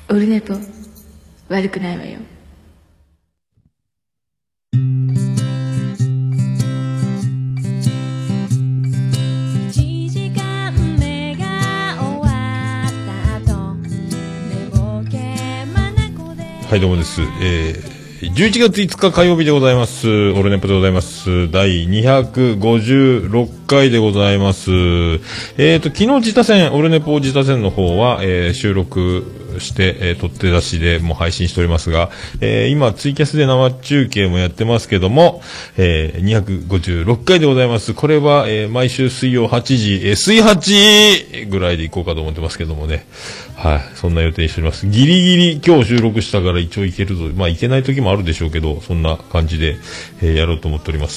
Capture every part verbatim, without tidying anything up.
オルネポ悪くないわよ。 はいどうもです、えー、じゅういちがついつか火曜日でございます。オルネポでございます。第にひゃくごじゅうろっかいでございます。えーと昨日自他戦オルネポ自他戦の方は、えー、収録して、えー、取って出しでもう配信しておりますが、えー、今ツイキャスで生中継もやってますけども、えー、にひゃくごじゅうろっかいでございます。これは、えー、毎週水曜はちじ、えー、水はちぐらいでいこうかと思ってますけどもね。はい、そんな予定にしております。ギリギリ今日収録したから一応いけるぞ。まあいけない時もあるでしょうけど、そんな感じで、えー、やろうと思っております。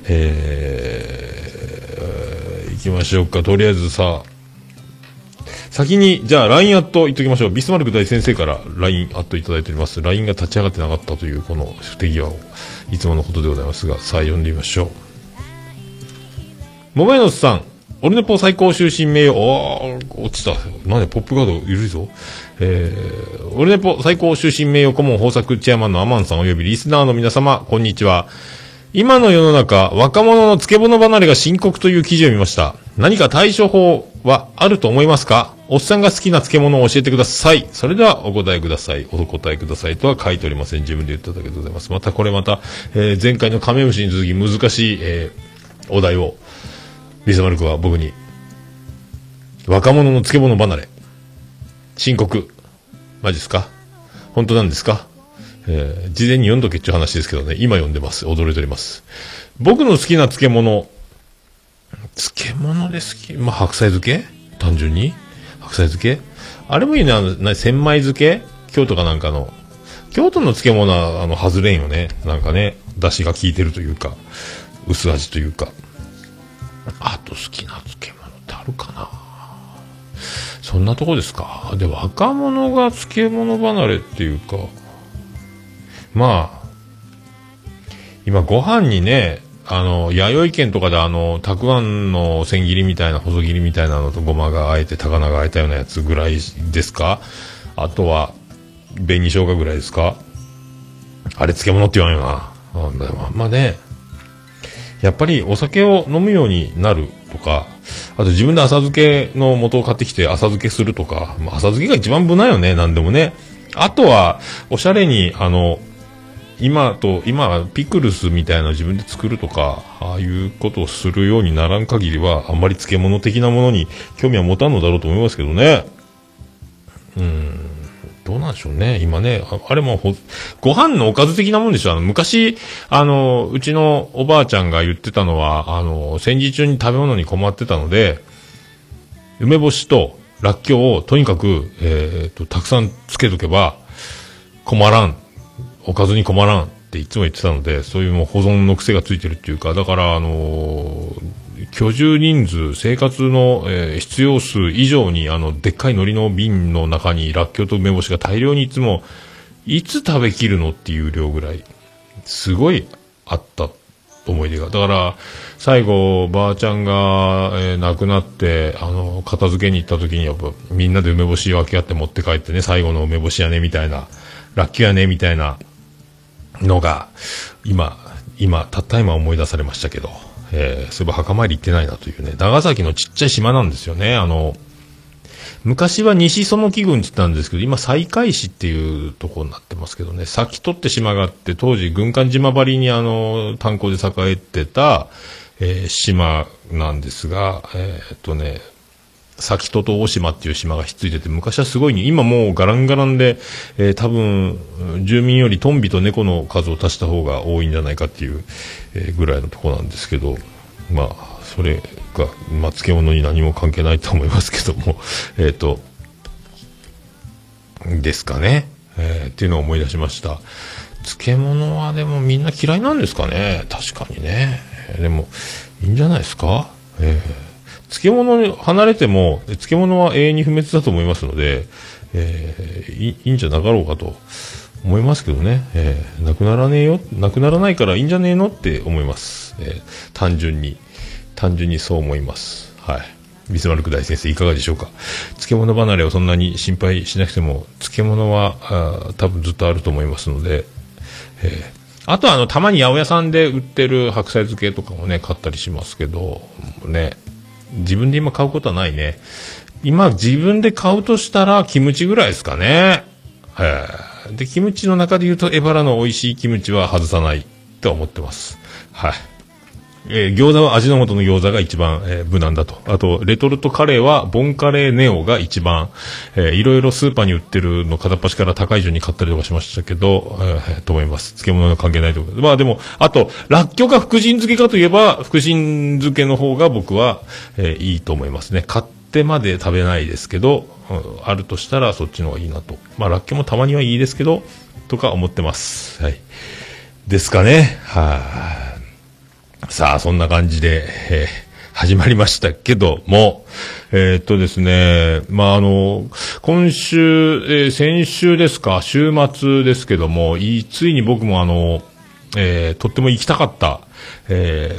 えー、行きましょうか。とりあえずさ、先に、じゃあ ライン アット言っときましょう。ビスマルク大先生から ライン アットいただいております。ライン が立ち上がってなかったというこの不手際を、いつものことでございますが、さあ読んでみましょう。もめのすさん。オルネポ最高終身名誉、おー、落ちた。なんでポップガード緩いぞ。えー、オルネポ最高終身名誉顧問豊作チェアマンのアマンさんおよびリスナーの皆様、こんにちは。今の世の中、若者の漬物離れが深刻という記事を見ました。何か対処法はあると思いますか？おっさんが好きな漬物を教えてください。それではお答えください。お答えくださいとは書いておりません。自分で言っただけでございます。またこれまた、えー、前回のカメムシに続き難しい、えー、お題を、ビスマルクは僕に若者の漬物離れ深刻マジですか？本当なんですか？えー、事前に読んどけっちゅう話ですけどね、今読んでます。驚いております。僕の好きな漬物漬物で好き、まあ、白菜漬け単純に白菜漬けあれもいいね。あのな千枚漬け京都かなんかの京都の漬物はあの外れんよね。なんかね出汁が効いてるというか薄味というか。あと好きな漬物ってあるかな。そんなとこですか。で若者が漬物離れっていうか、まあ今ご飯にね、あの弥生県とかであのたくあんの千切りみたいな細切りみたいなのとごまがあえて高菜があえたようなやつぐらいですか。あとは紅生姜ぐらいですか。あれ漬物って言わんよな。あんだよ。まあね、やっぱりお酒を飲むようになるとか、あと自分で浅漬けの素を買ってきて浅漬けするとか、まあ、浅漬けが一番無難よね、なんでもね。あとはおしゃれにあの今と今はピクルスみたいなの自分で作るとか、ああいうことをするようにならん限りはあんまり漬物的なものに興味は持たんのだろうと思いますけどね。うーん、どうなんでしょうね。今ね、あ, あれもほご飯のおかず的なもんでしょ。あの昔あのうちのおばあちゃんが言ってたのは、あの戦時中に食べ物に困ってたので梅干しとらっきょうをとにかく、えー、とたくさんつけとけば困らん、おかずに困らんっていつも言ってたので、そういうもう保存の癖がついてるっていうか、だからあのー居住人数、生活の、えー、必要数以上にあのでっかい海苔の瓶の中にらっきょうと梅干しが大量にいつもいつ食べきるのっていう量ぐらいすごいあった思い出が。だから最後ばあちゃんが、えー、亡くなってあの片付けに行った時にやっぱみんなで梅干し分け合って持って帰ってね、最後の梅干しやねみたいな、らっきょうやねみたいなのが今今たった今思い出されましたけど、えー、そういえば墓参り行ってないなというね。長崎のちっちゃい島なんですよね。あの昔は西園木郡って言ったんですけど、今西海市っていうところになってますけどね。先取って島があって、当時軍艦島張りにあの炭鉱で栄えてた、えー、島なんですが、えー、っとね先戸と大島っていう島がひっついてて、昔はすごいに、今もうガランガランで、えー、多分住民よりトンビと猫の数を足した方が多いんじゃないかっていう、えー、ぐらいのところなんですけど、まあそれが、まあ、漬物に何も関係ないと思いますけどもえっとですかね、えー、っていうのを思い出しました。漬物はでもみんな嫌いなんですかね。確かにね。でもいいんじゃないですか。えー漬物に離れても漬物は永遠に不滅だと思いますので、えー、い, いいんじゃなかろうかと思いますけどね、えー、なくならねえよ、なくならないからいいんじゃねえのって思います、えー、単純に単純にそう思います。はい。 ビスマルク大先生いかがでしょうか。漬物離れをそんなに心配しなくても、漬物はあ多分ずっとあると思いますので、えー、あとはあのたまに八百屋さんで売ってる白菜漬けとかもね買ったりしますけどね、自分で今買うことはないね。今自分で買うとしたらキムチぐらいですかね。へー。でキムチの中で言うとエバラの美味しいキムチは外さないと思ってます。はい。えー、餃子は味の素の餃子が一番、えー、無難だと。あと、レトルトカレーは、ボンカレーネオが一番、えー、いろいろスーパーに売ってるの片っ端から高い順に買ったりとかしましたけど、えー、と思います。漬物は関係ないと思います。まあでも、あと、らっきょうか福神漬けかといえば、福神漬けの方が僕は、えー、いいと思いますね。買ってまで食べないですけど、うん、あるとしたらそっちの方がいいなと。まあ、らっきょうもたまにはいいですけど、とか思ってます。はい。ですかね。はい、あ。さあ、そんな感じで、えー、始まりましたけども、えー、っとですね、まあ、あの、今週、えー、先週ですか、週末ですけども、いついに僕もあの、えー、とっても行きたかった、え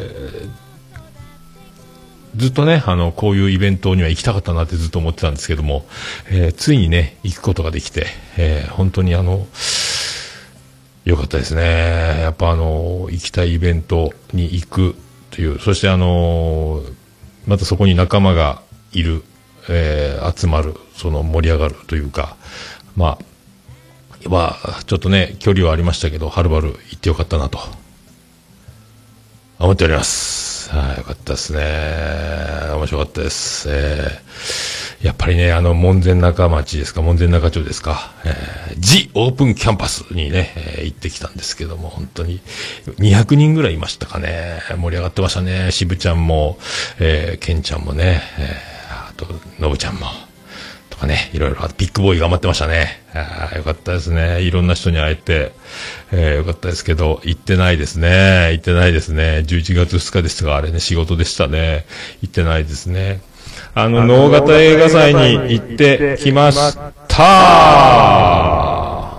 ー、ずっとね、あの、こういうイベントには行きたかったなってずっと思ってたんですけども、えー、ついにね、行くことができて、えー、本当にあの、よかったですね。やっぱあの、行きたいイベントに行くという、そしてあの、またそこに仲間がいる、えー、集まる、その盛り上がるというか、まあ、まあ、ちょっとね、距離はありましたけど、はるばる行ってよかったなと、思っております。はい、よかったですね。面白かったです。えー、やっぱりね、あの、門前仲町ですか、門前仲町ですか、えー、ジ・オープンキャンパスにね、えー、行ってきたんですけども、本当ににひゃくにんぐらいいましたかね。盛り上がってましたね。渋ちゃんも、えー、ケンちゃんもね、えー、あと、ノブちゃんも、とかね、いろいろ、ビッグボーイ頑張ってましたね。あー、よかったですね。いろんな人に会えて、えー、よかったですけど、行ってないですね。行ってないですね。じゅういちがつふつかですが、あれね、仕事でしたね。行ってないですね。あの、能形映画祭に行ってきました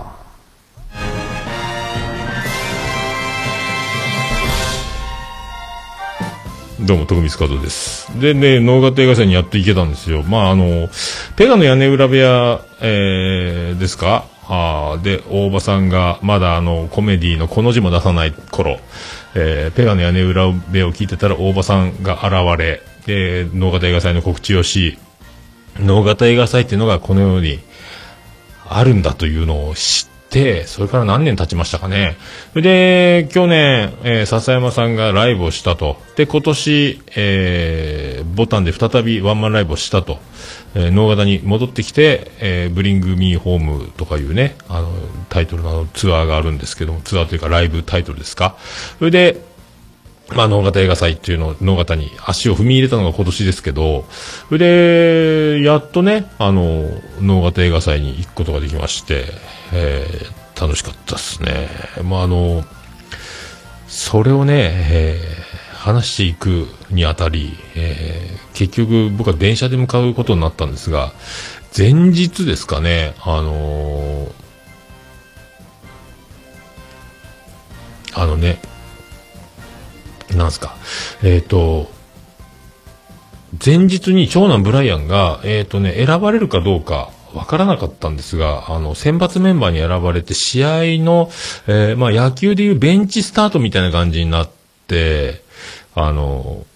どうも、徳光和夫です。でね、能形映画祭にやっと行けたんですよ。まあ、あの、ペガの屋根裏部屋、えー、ですかあで、大場さんが、まだあの、コメディのこの字も出さない頃、えー、ペガの屋根裏部屋を聞いてたら大場さんが現れ、で、能形映画祭の告知をし、能形映画祭っていうのがこの世にあるんだというのを知って、それから何年経ちましたかね。で、去年、えー、笹山さんがライブをしたと。で、今年、えー、ボタンで再びワンマンライブをしたと。えー、能形に戻ってきて、えー、ブリングミーホームとかいうね、あの、タイトルのツアーがあるんですけども、ツアーというかライブタイトルですか。それで、まあ、能形映画祭っていうのを、能形に足を踏み入れたのが今年ですけど、それで、やっとね、あの、能形映画祭に行くことができまして、えー、楽しかったですね。まあ、あの、それをね、えー、話していくにあたり、えー、結局僕は電車で向かうことになったんですが、前日ですかね、あのー、あのね、なんすか、えっと、前日に長男ブライアンが、えっとね、選ばれるかどうかわからなかったんですが、あの、選抜メンバーに選ばれて、試合の、えー、まあ、野球でいうベンチスタートみたいな感じになって、あの、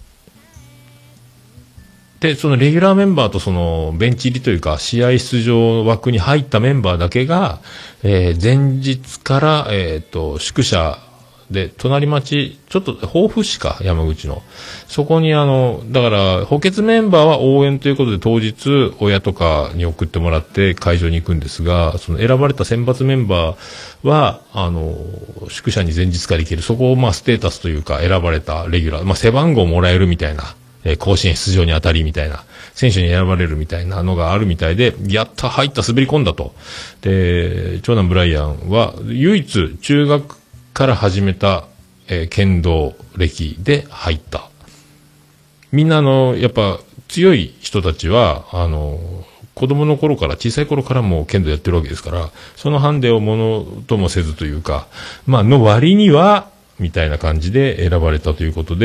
で、そのレギュラーメンバーとそのベンチ入りというか、試合出場枠に入ったメンバーだけが、えー、前日から、えっと、宿舎、で、隣町、ちょっと、防府市か、山口の。そこにあの、だから、補欠メンバーは応援ということで当日、親とかに送ってもらって会場に行くんですが、その選ばれた選抜メンバーは、あの、宿舎に前日から行ける。そこをまあ、ステータスというか、選ばれたレギュラー、まあ、背番号もらえるみたいな、えー、甲子園出場にあたりみたいな、選手に選ばれるみたいなのがあるみたいで、やった、入った、滑り込んだと。で、長男ブライアンは、唯一、中学、から始めた、えー、剣道歴で入った。みんなあの、やっぱ強い人たちは、あの、子供の頃から、小さい頃からもう剣道やってるわけですから、そのハンデをものともせずというか、まあ、の割には、みたいな感じで選ばれたということで、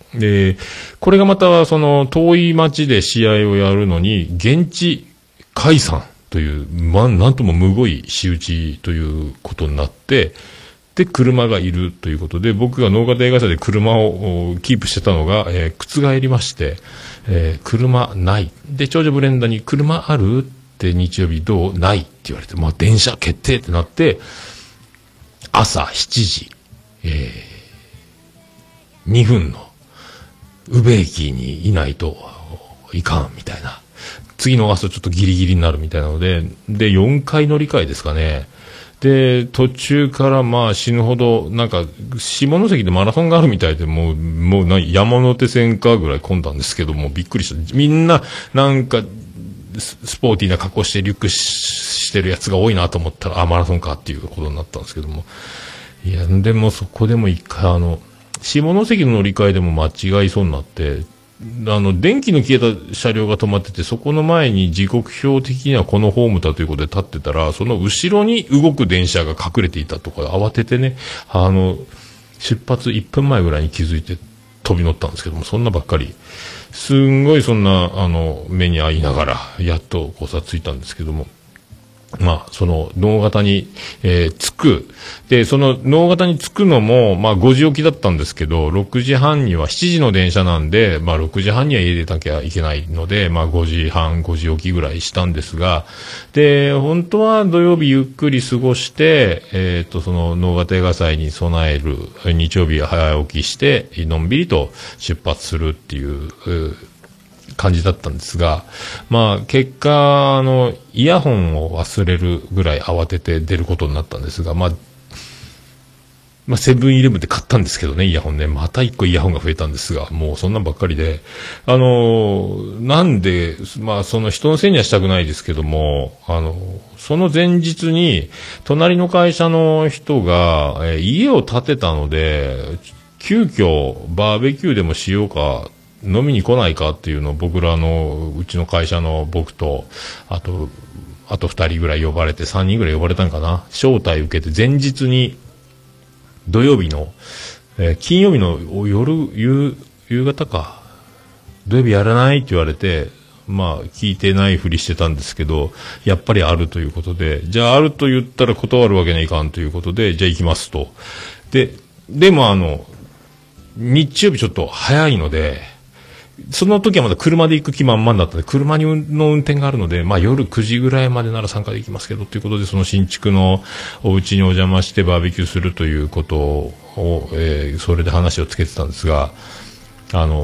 で、これがまた、その、遠い町で試合をやるのに、現地解散という、まあ、なんともむごい仕打ちということになって、で、車がいるということで、僕が能形映画祭で車をキープしてたのが、えー、覆りまして、えー、車ない。で、長女ブレンダーに車あるって日曜日どうないって言われて、まあ、電車決定ってなって、朝しちじ、えー、にふんの、宇部駅にいないといかんみたいな。次逃すとちょっとギリギリになるみたいなので、で、よんかい乗り換えですかね。で、途中からまあ死ぬほど、なんか、下関でマラソンがあるみたいで、もう、もうな山手線かぐらい混んだんですけども、びっくりした。みんな、なんか、スポーティーな格好してリュックしてるやつが多いなと思ったら、あ、マラソンかっていうことになったんですけども。いや、でもそこでも一回あの、下関の乗り換えでも間違いそうになって、あの、電気の消えた車両が止まってて、そこの前に時刻表的にはこのホームだということで立ってたら、その後ろに動く電車が隠れていたとか、慌ててね、あの、出発いっぷんまえぐらいに気づいて飛び乗ったんですけども、そんなばっかり、すんごいそんな、あの、目に遭いながら、やっとこさついたんですけども、まあ、その、能形に、えー、着く。で、その、能形に着くのも、まあ、ごじ起きだったんですけど、ろくじはんには、しちじの電車なんで、まあ、ろくじはんには家出なきゃいけないので、まあ、ごじはん、ごじ起きぐらいしたんですが、で、本当は土曜日ゆっくり過ごして、えっと、その、能形映画祭に備える、日曜日は早起きして、のんびりと出発するっていう、感じだったんですが、まあ、結果、あの、イヤホンを忘れるぐらい慌てて出ることになったんですが、まあ、まあ、セブンイレブンで買ったんですけどね、イヤホンね。また一個イヤホンが増えたんですが、もうそんなんばっかりで、あの、なんで、まあ、その人のせいにはしたくないですけども、あの、その前日に、隣の会社の人が、え家を建てたので、急遽バーベキューでもしようか、飲みに来ないかっていうのを僕らの、うちの会社の僕と、あと、あと二人ぐらい呼ばれて、三人ぐらい呼ばれたんかな。招待受けて前日に、土曜日の、えー、金曜日の夜、夕、夕方か。土曜日やらないって言われて、まあ、聞いてないふりしてたんですけど、やっぱりあるということで、じゃああると言ったら断るわけにはいかんということで、じゃあ行きますと。で、でもあの、日曜日ちょっと早いので、その時はまだ車で行く気満々だったので、車にの運転があるので、まあ夜くじぐらいまでなら参加できますけど、ということで、その新築のお家にお邪魔してバーベキューするということを、えー、それで話をつけてたんですが、あの、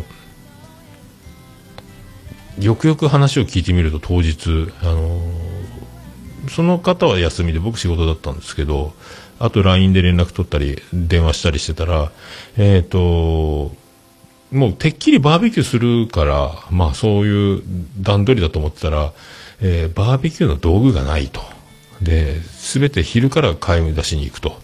よくよく話を聞いてみると当日、あの、その方は休みで僕仕事だったんですけど、あと ライン で連絡取ったり、電話したりしてたら、えっと、もうてっきりバーベキューするから、まあそういう段取りだと思ってたら、えー、バーベキューの道具がないと。で、すべて昼から買い出しに行くと。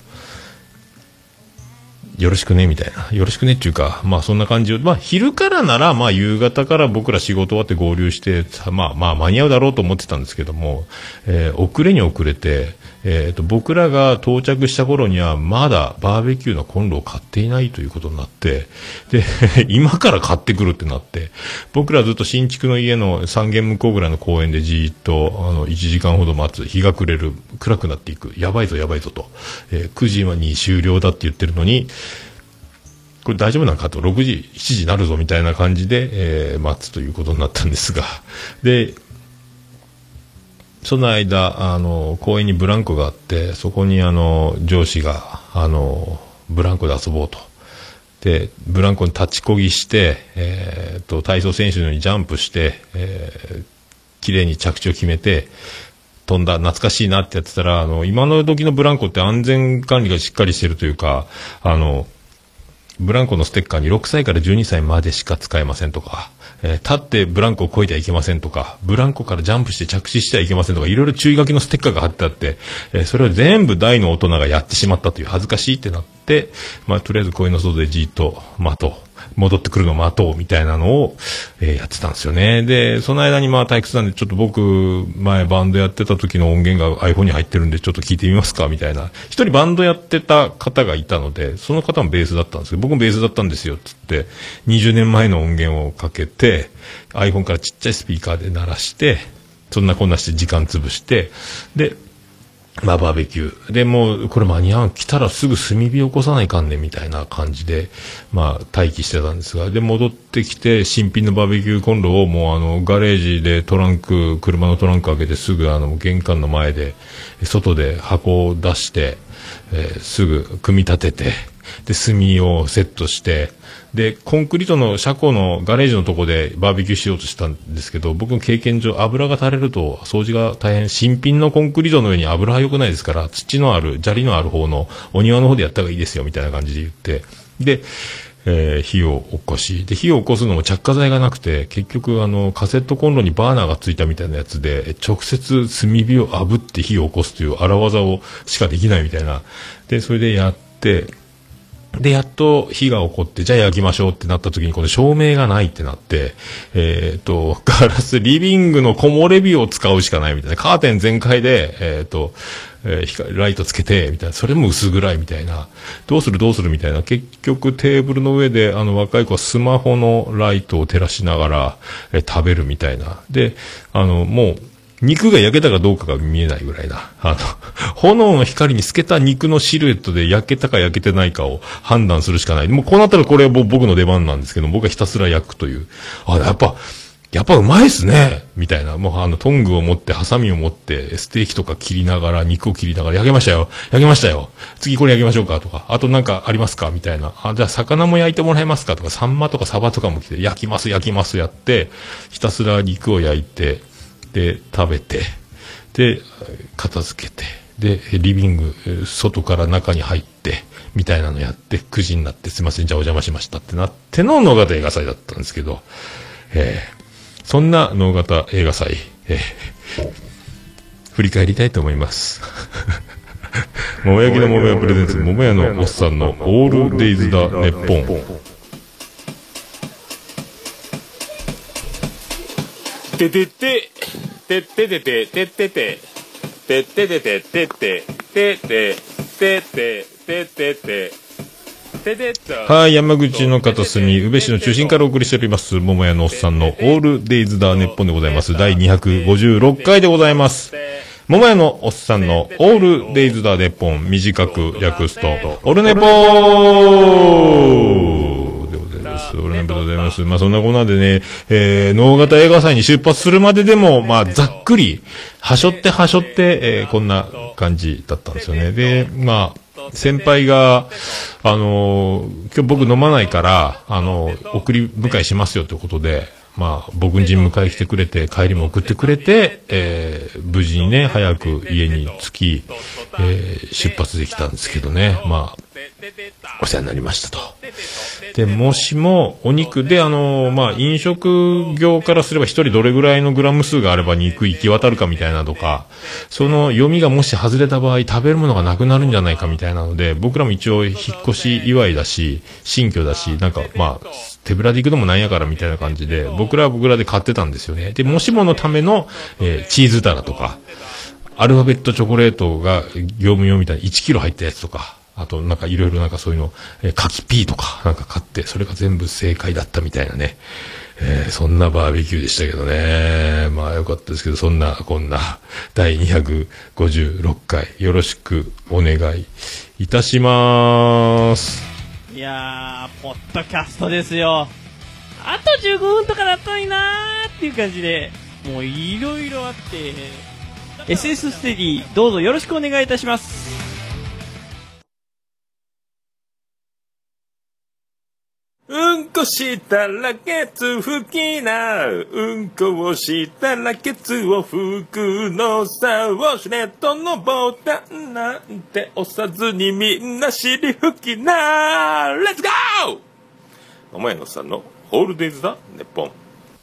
よろしくねみたいな。よろしくねっていうか、まあそんな感じを、まあ昼からなら、まあ夕方から僕ら仕事終わって合流して、まあまあ間に合うだろうと思ってたんですけども、えー、遅れに遅れて、えっと、僕らが到着した頃にはまだバーベキューのコンロを買っていないということになって、で、今から買ってくるってなって、僕らずっと新築の家のさん軒向こうぐらいの公園でじーっと、あの、いちじかんほど待つ、日が暮れる、暗くなっていく、やばいぞやばいぞと、えー、くじに終了だって言ってるのに、これ大丈夫なのかと、ろくじ、しちじになるぞみたいな感じで、えー、待つということになったんですが、で、その間、あの、公園にブランコがあって、そこにあの、上司が、あの、ブランコで遊ぼうと。で、ブランコに立ちこぎして、えー、と、体操選手のようにジャンプして、えー、綺麗に着地を決めて、飛んだ、懐かしいなってやってたら、あの、今の時のブランコって安全管理がしっかりしてるというか、あの、ブランコのステッカーにろくさいからじゅうにさいまでしか使えませんとか、えー、立ってブランコを越えてはいけませんとか、ブランコからジャンプして着地してはいけませんとか、いろいろ注意書きのステッカーが貼ってあって、えー、それを全部大の大人がやってしまったという恥ずかしいってなって、まあ、とりあえず公園の外でじーっと待とう。 戻ってくるのを待とうみたいなのを、えー、やってたんですよね。で、その間にまあ退屈なんで、ちょっと僕、前バンドやってた時の音源が iPhone に入ってるんで、ちょっと聞いてみますかみたいな。一人バンドやってた方がいたので、その方もベースだったんですけど、僕もベースだったんですよ、つって、にじゅうねんまえの音源をかけて、iPhone からちっちゃいスピーカーで鳴らして、そんなこんなして時間潰して、で、まあバーベキュー。で、もう、これ間に合う。来たらすぐ炭火起こさないかんねみたいな感じで、まあ待機してたんですが、で、戻ってきて、新品のバーベキューコンロをもうあの、ガレージでトランク、車のトランク開けてすぐあの、玄関の前で、外で箱を出して、えー、すぐ組み立てて、で、炭をセットして、で、コンクリートの車庫のガレージのとこでバーベキューしようとしたんですけど、僕の経験上油が垂れると掃除が大変、新品のコンクリートの上に油は良くないですから、土のある、砂利のある方のお庭の方でやった方がいいですよ、みたいな感じで言って、で、えー、火を起こし、で、火を起こすのも着火剤がなくて、結局あの、カセットコンロにバーナーがついたみたいなやつで、直接炭火を炙って火を起こすという荒技をしかできないみたいな。で、それでやって、で、やっと火が起こって、じゃあ焼きましょうってなった時に、この照明がないってなって、えっと、ガラス、リビングの木漏れ日を使うしかないみたいな。カーテン全開で、えっと、えー、光、ライトつけて、みたいな。それも薄暗いみたいな。どうするどうするみたいな。結局テーブルの上で、あの、若い子はスマホのライトを照らしながら、えー、食べるみたいな。で、あの、もう、肉が焼けたかどうかが見えないぐらいな。あの、炎の光に透けた肉のシルエットで焼けたか焼けてないかを判断するしかない。もうこうなったらこれは僕の出番なんですけど、僕はひたすら焼くという。あ、やっぱ、やっぱうまいっすねみたいな。もうあの、トングを持って、ハサミを持って、ステーキとか切りながら、肉を切りながら、焼けましたよ焼けましたよ次これ焼きましょうかとか、あとなんかありますかみたいな。あ、じゃあ魚も焼いてもらえますかとか、サンマとかサバとかも来て、焼きます焼きますやって、ひたすら肉を焼いて、で、食べて、で、片付けて、で、リビング、外から中に入って、みたいなのやって、くじになって、すいません、じゃあお邪魔しましたってなっての能形映画祭だったんですけど、えー、そんな能形映画祭、えー、振り返りたいと思います。桃焼きの桃屋プレゼンツ、桃屋のおっさんのオールデイズだネッポン。ててて、てっててて、てってて、てっててて、てって、てって、てって、てってて、はい、山口の片隅、宇部市の中心からお送りしております、桃屋のおっさんのオールデイズだネッポンでございます。だいにひゃくごじゅうろっかいでございます。桃屋のおっさんのオールデイズだネッポン、短く略すと、オルネポーでございます。オルネポでございます。まあそんなこんなでね、えー、能形映画祭に出発するまででも、まあざっくり、はしょってはしょって、えー、こんな感じだったんですよね。で、まあ、先輩が、あのー、今日僕飲まないから、あのー、送り迎えしますよということで、まあ、僕ん家に迎え来てくれて、帰りも送ってくれて、えー、無事にね、早く家に着き、えー、出発できたんですけどね、まあ、お世話になりましたと。で、もしも、お肉で、あのー、まあ、飲食業からすれば一人どれぐらいのグラム数があれば肉行き渡るかみたいなとか、その読みがもし外れた場合、食べるものがなくなるんじゃないかみたいなので、僕らも一応引っ越し祝いだし、新居だし、なんか、まあ、手ぶらで行くのもなんやからみたいな感じで、僕らは僕らで買ってたんですよね。で、もしものための、えー、チーズタラとか、アルファベットチョコレートが業務用みたいにいちキロ入ったやつとか、あとなんかいろいろなんかそういうの、えー、柿ピーとかなんか買って、それが全部正解だったみたいなね。えー、そんなバーベキューでしたけどね。まあよかったですけど、そんなこんなだいにひゃくごじゅうろっかいよろしくお願いいたします。 いやー、ポッドキャストですよ。あとじゅうごふんとかだったのになーっていう感じで、もういろいろあって、エスエス ステディどうぞよろしくお願いいたします。 うんこしたらケツ拭きな。うんこをしたらケツを拭くのさ。ウォシュレットのボタンなんて押さずにみんな尻拭きな。レッツゴー！桃屋のさんのオールデイズだネッポン。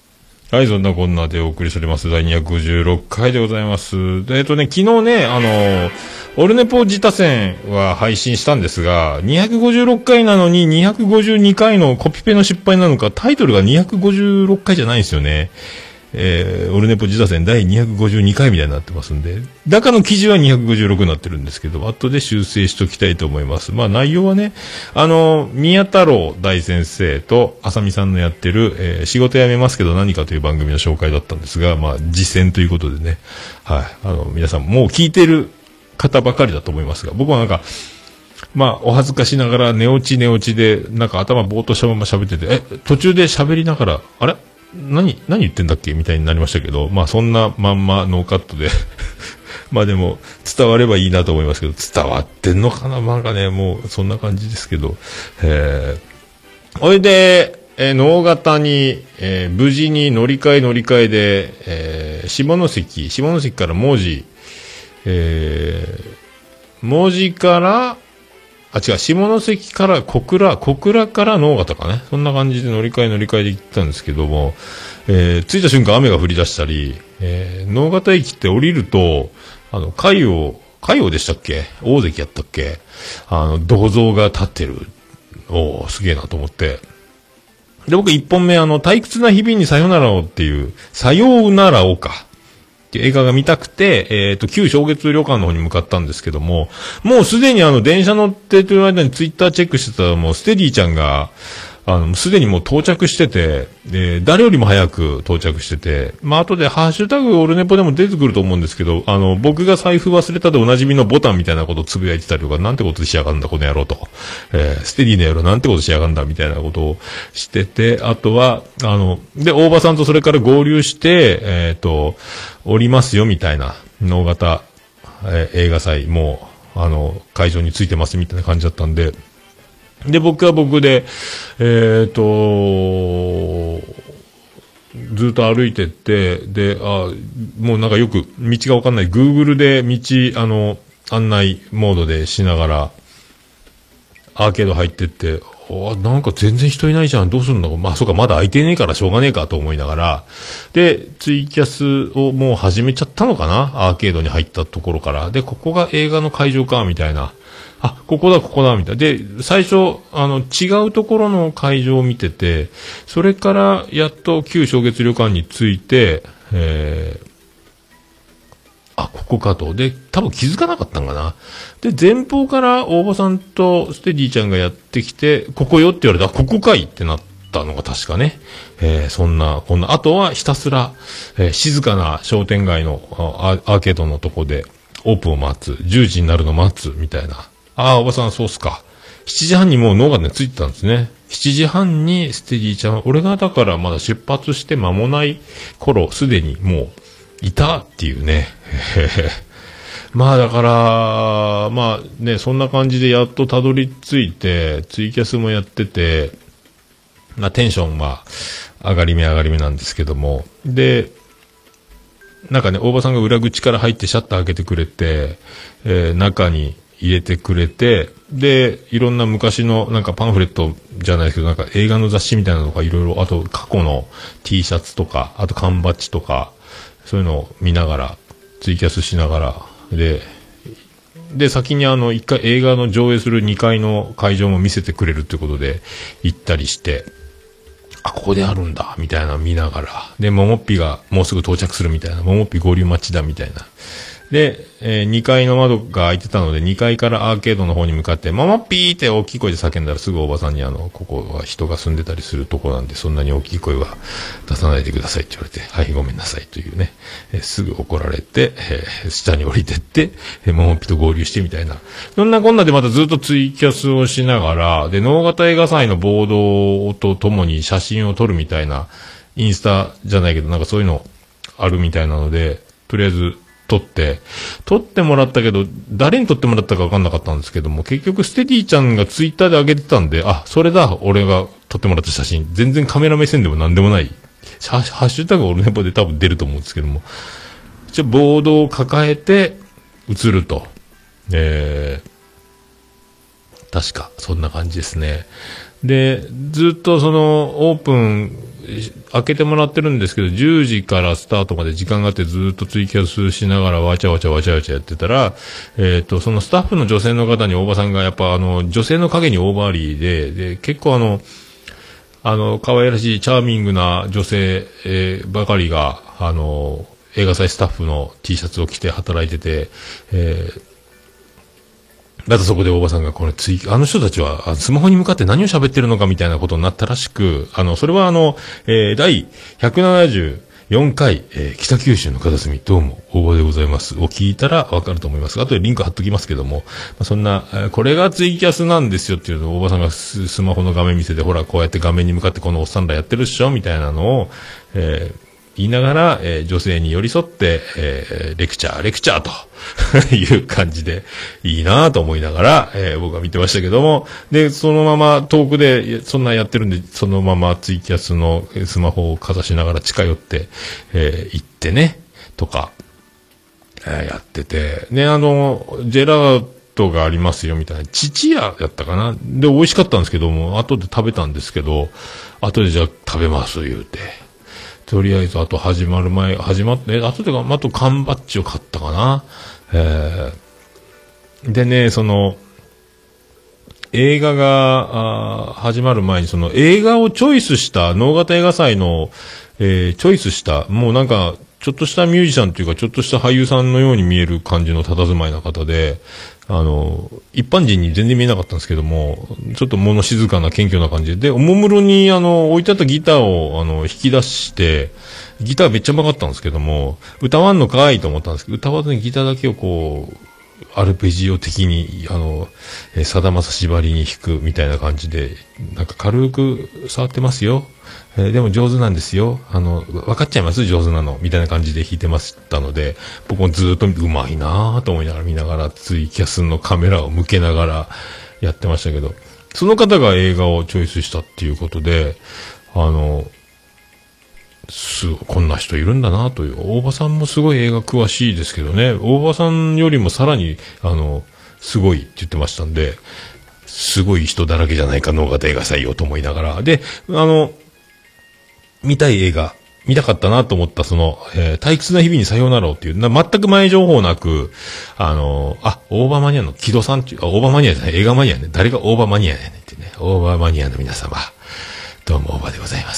はい、そんなこんなでお送りしておりますだいにひゃくごじゅうろっかいでございます。でえっとね、昨日ね、あの、オルネポ自他戦は配信したんですが、にひゃくごじゅうろっかいなのににひゃくごじゅうにかいのコピペの失敗なのか、タイトルがにひゃくごじゅうろっかいじゃないんですよね。えー、オルネポ自他戦だいにひゃくごじゅうにかいみたいになってますんで、中の記事はにひゃくごじゅうろくになってるんですけど、後で修正しときたいと思います。まあ内容はね、あの、宮太郎大先生と浅見さんのやってる、えー、仕事辞めますけど何かという番組の紹介だったんですが、まあ実践ということでね、はい、あの、皆さんもう聞いてる方ばかりだと思いますが、僕はなんか、まあ、お恥ずかしながら寝落ち寝落ちで、なんか頭ぼーっとしたまま喋ってて、え、途中で喋りながら、あれ何、何言ってんだっけみたいになりましたけど、まあそんなまんまノーカットでまあでも伝わればいいなと思いますけど、伝わってんのかな、なんかね、もうそんな感じですけど、えー、おいで、えー、能形に、えー、無事に乗り換え乗り換えで、えー、下関、下関から門司、えー、門司から、あ、違う、下関から小倉、小倉から能形かね。そんな感じで乗り換え乗り換えで行ったんですけども、えー、着いた瞬間雨が降り出したり、えー、能形駅って降りると、あの、海王、海王でしたっけ？大関やったっけ？あの、銅像が立ってる。おー、すげえなと思って。で、僕一本目あの、退屈な日々にさよならをっていう、さようならをか。っていう映画が見たくて、えっと、旧正月旅館の方に向かったんですけども、もうすでにあの、電車乗ってという間にツイッターチェックしてたもう、ステディちゃんが、あの、すでにもう到着してて、で、誰よりも早く到着してて、まあ、後でハッシュタグオルネポでも出てくると思うんですけど、あの、僕が財布忘れたでおなじみのボタンみたいなことをつぶやいてたりとか、なんてことしやがんだ、この野郎と。えー、ステディの野郎なんてことしやがんだ、みたいなことをしてて、あとは、あの、で、大場さんとそれから合流して、えっと、降りますよ、みたいな、能形、えー、映画祭、もう、あの、会場についてます、みたいな感じだったんで、で、僕は僕で、えっと、ずっと歩いてって、で、あ、もうなんかよく道がわかんない。Google で道、あの、案内モードでしながら、アーケード入ってって、あ、なんか全然人いないじゃん。どうするの？まあ、そうか、まだ空いてねえからしょうがねえかと思いながら、で、ツイキャスをもう始めちゃったのかな？アーケードに入ったところから。で、ここが映画の会場か、みたいな。あ、ここだ、ここだ、みたいな。で、最初、あの、違うところの会場を見てて、それから、やっと旧正月旅館に着いて、えー、あ、ここかと。で、多分気づかなかったんかな。で、前方から大場さんとステディちゃんがやってきて、ここよって言われた。あ、ここかいってなったのが確かね。えー、そんな、こんな。あとはひたすら、えー、静かな商店街のアーケードのとこで、オープンを待つ。じゅうじになるの待つ。みたいな。ああ、おばさん、そうっすか。しちじはんにもう能形に着いてたんですね。しちじはんにステディちゃん、俺がだからまだ出発して間もない頃、すでにもういたっていうね。まあだから、まあね、そんな感じでやっとたどり着いて、ツイキャスもやってて、まあテンションは上がり目上がり目なんですけども。で、なんかね、大場さんが裏口から入ってシャッター開けてくれて、えー、中に、入れてくれて、で、いろんな昔のなんかパンフレットじゃないですけど、なんか映画の雑誌みたいなのとかいろいろ、あと過去の T シャツとか、あと缶バッジとか、そういうのを見ながら、ツイキャスしながら、で、で、先にあの、一回映画の上映するにかいの会場も見せてくれるってことで、行ったりして、あ、ここであるんだ、みたいなの見ながら、で、ももっぴがもうすぐ到着するみたいな、ももっぴ合流待ちだ、みたいな。で、えー、にかいの窓が開いてたので、にかいからアーケードの方に向かって、ママッピーって大きい声で叫んだら、すぐおばさんにあの、ここは人が住んでたりするとこなんで、そんなに大きい声は出さないでくださいって言われて、はい、ごめんなさいというね、えー、すぐ怒られて、えー、下に降りてって、えー、ママッピーと合流してみたいな。そんなこんなでまたずっとツイキャスをしながら、で、能形映画祭のボードとともに写真を撮るみたいな、インスタじゃないけど、なんかそういうのあるみたいなので、とりあえず、撮って、撮ってもらったけど、誰に撮ってもらったか分かんなかったんですけども、結局ステディちゃんがツイッターで上げてたんで、あ、それだ、俺が撮ってもらった写真。全然カメラ目線でも何でもない。ハッシュタグオルネポで多分出ると思うんですけども。じゃボードを抱えて映ると。えー、確か、そんな感じですね。で、ずっとその、オープン開けてもらってるんですけど、じゅうじからスタートまで時間があってずっとツイキャスしながらわちゃわちゃわちゃわちゃやってたら、えっと、そのスタッフの女性の方に大場さんがやっぱあの、女性の影にオーバーリーで、で、結構あの、あの、可愛らしいチャーミングな女性、えー、ばかりが、あの、映画祭スタッフの T シャツを着て働いてて、えー、またそこで大場さんがこれツイ、あの人たちはスマホに向かって何を喋ってるのかみたいなことになったらしく、あの、それはあの、えー、第ひゃくななじゅうよんかい、えー、北九州の片隅、どうも、大場でございます。を聞いたらわかると思います。あとでリンク貼っときますけども、まあ、そんな、えー、これがツイキャスなんですよっていうのを大場さんがス、スマホの画面見せて、ほら、こうやって画面に向かってこのおっさんらやってるっしょみたいなのを、えー言いながら、えー、女性に寄り添って、えー、レクチャー、レクチャーという感じでいいなと思いながら、えー、僕は見てましたけども、で、そのまま遠くで、そんなやってるんで、そのままツイキャスのスマホをかざしながら近寄って、えー、行ってね、とか、えー、やってて、ね、あの、ジェラートがありますよ、みたいな。父屋やったかなで、美味しかったんですけども、後で食べたんですけど、後でじゃあ食べます、言うて。とりあえず、あと始まる前、始まって、あとでか、あと缶バッジを買ったかな。えー、でね、その、映画が、始まる前に、その映画をチョイスした、能型映画祭の、えー、チョイスした、もうなんか、ちょっとしたミュージシャンというか、ちょっとした俳優さんのように見える感じの佇まいな方で、あの、一般人に全然見えなかったんですけども、ちょっと物静かな謙虚な感じで、で、おもむろに、あの、置いてあったギターを、あの、引き出して、ギターめっちゃうまかったんですけども、歌わんのかいと思ったんですけど、歌わずにギターだけをこう、アルペジオ的に、あの、えー、さだまさしばりに弾くみたいな感じで、なんか軽く触ってますよ。えー、でも上手なんですよ。あの、分かっちゃいます上手なの。みたいな感じで弾いてましたので、僕もずーっとうまいなぁと思いながら見ながら、ツイキャスのカメラを向けながらやってましたけど、その方が映画をチョイスしたっていうことで、あの、すこんな人いるんだなという。大場さんもすごい映画詳しいですけどね、大場さんよりもさらに、あの、すごいって言ってましたんで、すごい人だらけじゃないか、能型映画祭よと思いながら。で、あの、見たい映画、見たかったなと思った、その、えー、退屈な日々にさようならをっていう、な全く前情報なく、あの、あ、オーバーマニアの木戸さんっていう、あ、オーバーマニアじゃない、映画マニアね。誰がオーバーマニアやねんってね。オーバーマニアの皆様、どうもオーバーでございます。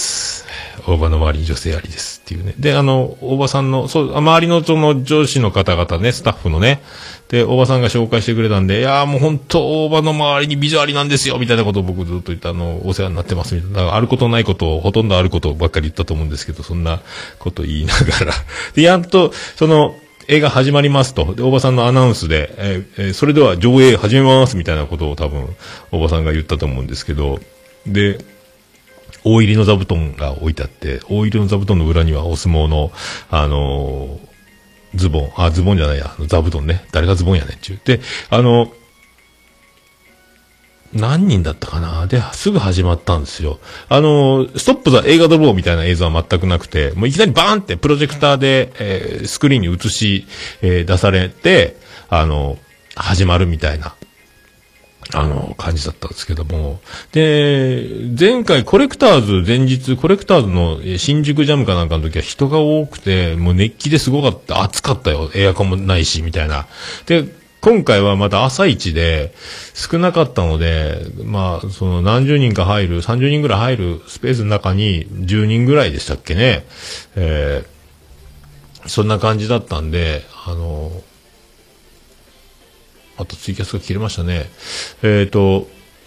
大場の周りに女性ありですっていうね。で、あの、大場さんの、そう、周りのその上司の方々ね、スタッフのね、で、大場さんが紹介してくれたんで、いやーもう本当大場の周りに美女ありなんですよ、みたいなことを僕ずっと言った、あの、お世話になってます、みたいな。だからあることないことを、ほとんどあることばっかり言ったと思うんですけど、そんなこと言いながら。で、やっと、その、映画始まりますと。で、大場さんのアナウンスで、えーえー、それでは上映始めます、みたいなことを多分、大場さんが言ったと思うんですけど、で、大入りの座布団が置いてあって、大入りの座布団の裏にはお相撲の、あのー、ズボン、あ、ズボンじゃないや、座布団ね。誰がズボンやねんちゅう。で、あの、何人だったかなで、すぐ始まったんですよ。あのー、ストップザ映画泥棒みたいな映像は全くなくて、もういきなりバーンってプロジェクターで、えー、スクリーンに映し、えー、出されて、あのー、始まるみたいな。あの、感じだったんですけども。で、前回コレクターズ、前日、コレクターズの新宿ジャムかなんかの時は人が多くて、もう熱気ですごかった。暑かったよ。エアコンもないし、みたいな。で、今回はまた朝一で少なかったので、まあ、その何十人か入る、さんじゅうにんぐらい入るスペースの中にじゅうにんぐらいでしたっけね。えー、そんな感じだったんで、あの、あとツイキャスが切れましたね。えっと、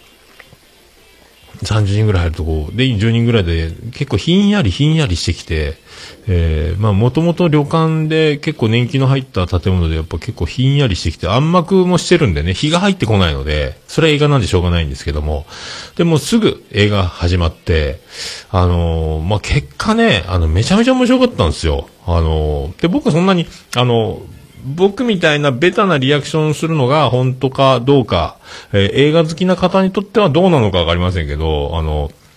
さんじゅうにんぐらい入るとこで、じゅうにんぐらいで結構ひんやりひんやりしてきて、えー、まあもともと旅館で結構年季の入った建物でやっぱ結構ひんやりしてきて、暗幕もしてるんでね、日が入ってこないので、それは映画なんでしょうがないんですけども、でもすぐ映画始まって、あのー、まあ結果ね、あの、めちゃめちゃ面白かったんですよ。あのー、で、僕はそんなに、あのー、僕みたいなベタなリアクションするのが本当かどうか、えー、映画好きな方にとってはどうなのかわかりませんけど、あの、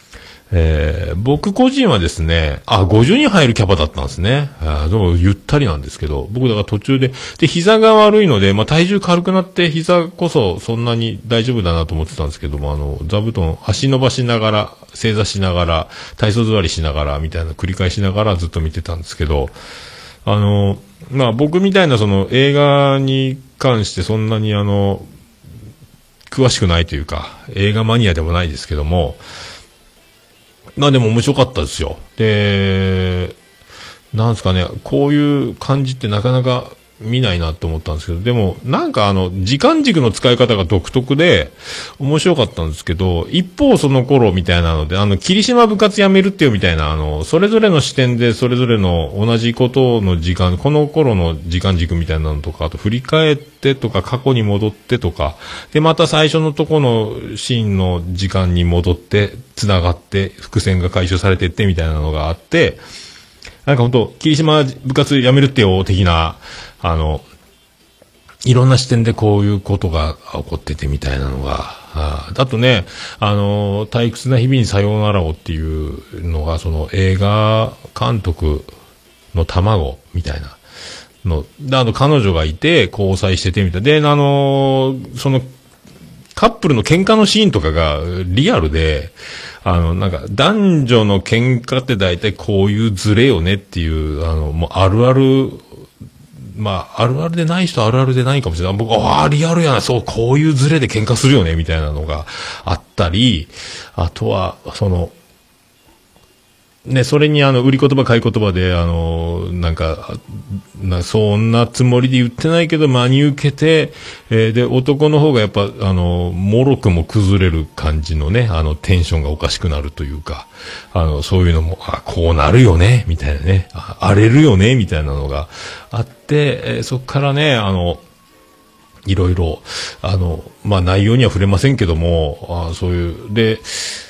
えー、僕個人はですね、あ、ごじゅうにん入るキャパだったんですね。あ、でもゆったりなんですけど、僕だから途中で、で、膝が悪いので、まあ、体重軽くなって膝こそそんなに大丈夫だなと思ってたんですけども、あの、座布団、足伸ばしながら、正座しながら、体操座りしながら、みたいな繰り返しながらずっと見てたんですけど、あの、まあ、僕みたいなその映画に関してそんなにあの、詳しくないというか、映画マニアでもないですけども、まあでも面白かったですよ。で、なんですかね、こういう感じってなかなか見ないなと思ったんですけど、でもなんかあの、時間軸の使い方が独特で面白かったんですけど、一方その頃みたいなので、あの、霧島部活辞めるっていうみたいな、あの、それぞれの視点でそれぞれの同じことの時間、この頃の時間軸みたいなのとか、あと振り返ってとか過去に戻ってとか、で、また最初のとこのシーンの時間に戻って、繋がって、伏線が回収されてってみたいなのがあって、なんかほんと、霧島部活辞めるってよ、的な、あの、いろんな視点でこういうことが起こっててみたいなのが、あ, あとね、あの、退屈な日々にさようならをっていうのが、その映画監督の卵みたいなの、で、あの、彼女がいて交際しててみたいで、あの、その、カップルの喧嘩のシーンとかがリアルで、あの、なんか、男女の喧嘩って大体こういうズレよねっていう、あの、もうあるある、まあ、あるあるでない人はあるあるでないかもしれない。僕、ああ、リアルやな、そう、こういうズレで喧嘩するよね、みたいなのがあったり、あとは、その、ね、それにあの、売り言葉買い言葉で、あの、なんか、な、そんなつもりで言ってないけど、真に受けて、えー、で、男の方がやっぱ、あの、もろくも崩れる感じのね、あの、テンションがおかしくなるというか、あの、そういうのも、あ、こうなるよね、みたいなね、あ、荒れるよね、みたいなのがあって、えー、そっからね、あの、いろいろ、あの、まあ、内容には触れませんけども、あ、そういう、で、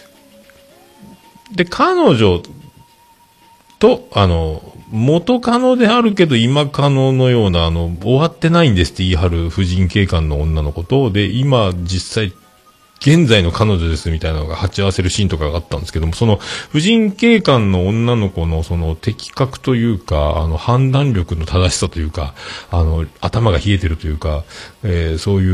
で、彼女、と、あの、元カノであるけど今カノのような、あの、終わってないんですって言い張る婦人警官の女の子と、で、今実際、現在の彼女ですみたいなのが鉢合わせるシーンとかがあったんですけども、その婦人警官の女の子のその的確というか、あの、判断力の正しさというか、あの、頭が冷えてるというか、えー、そういう、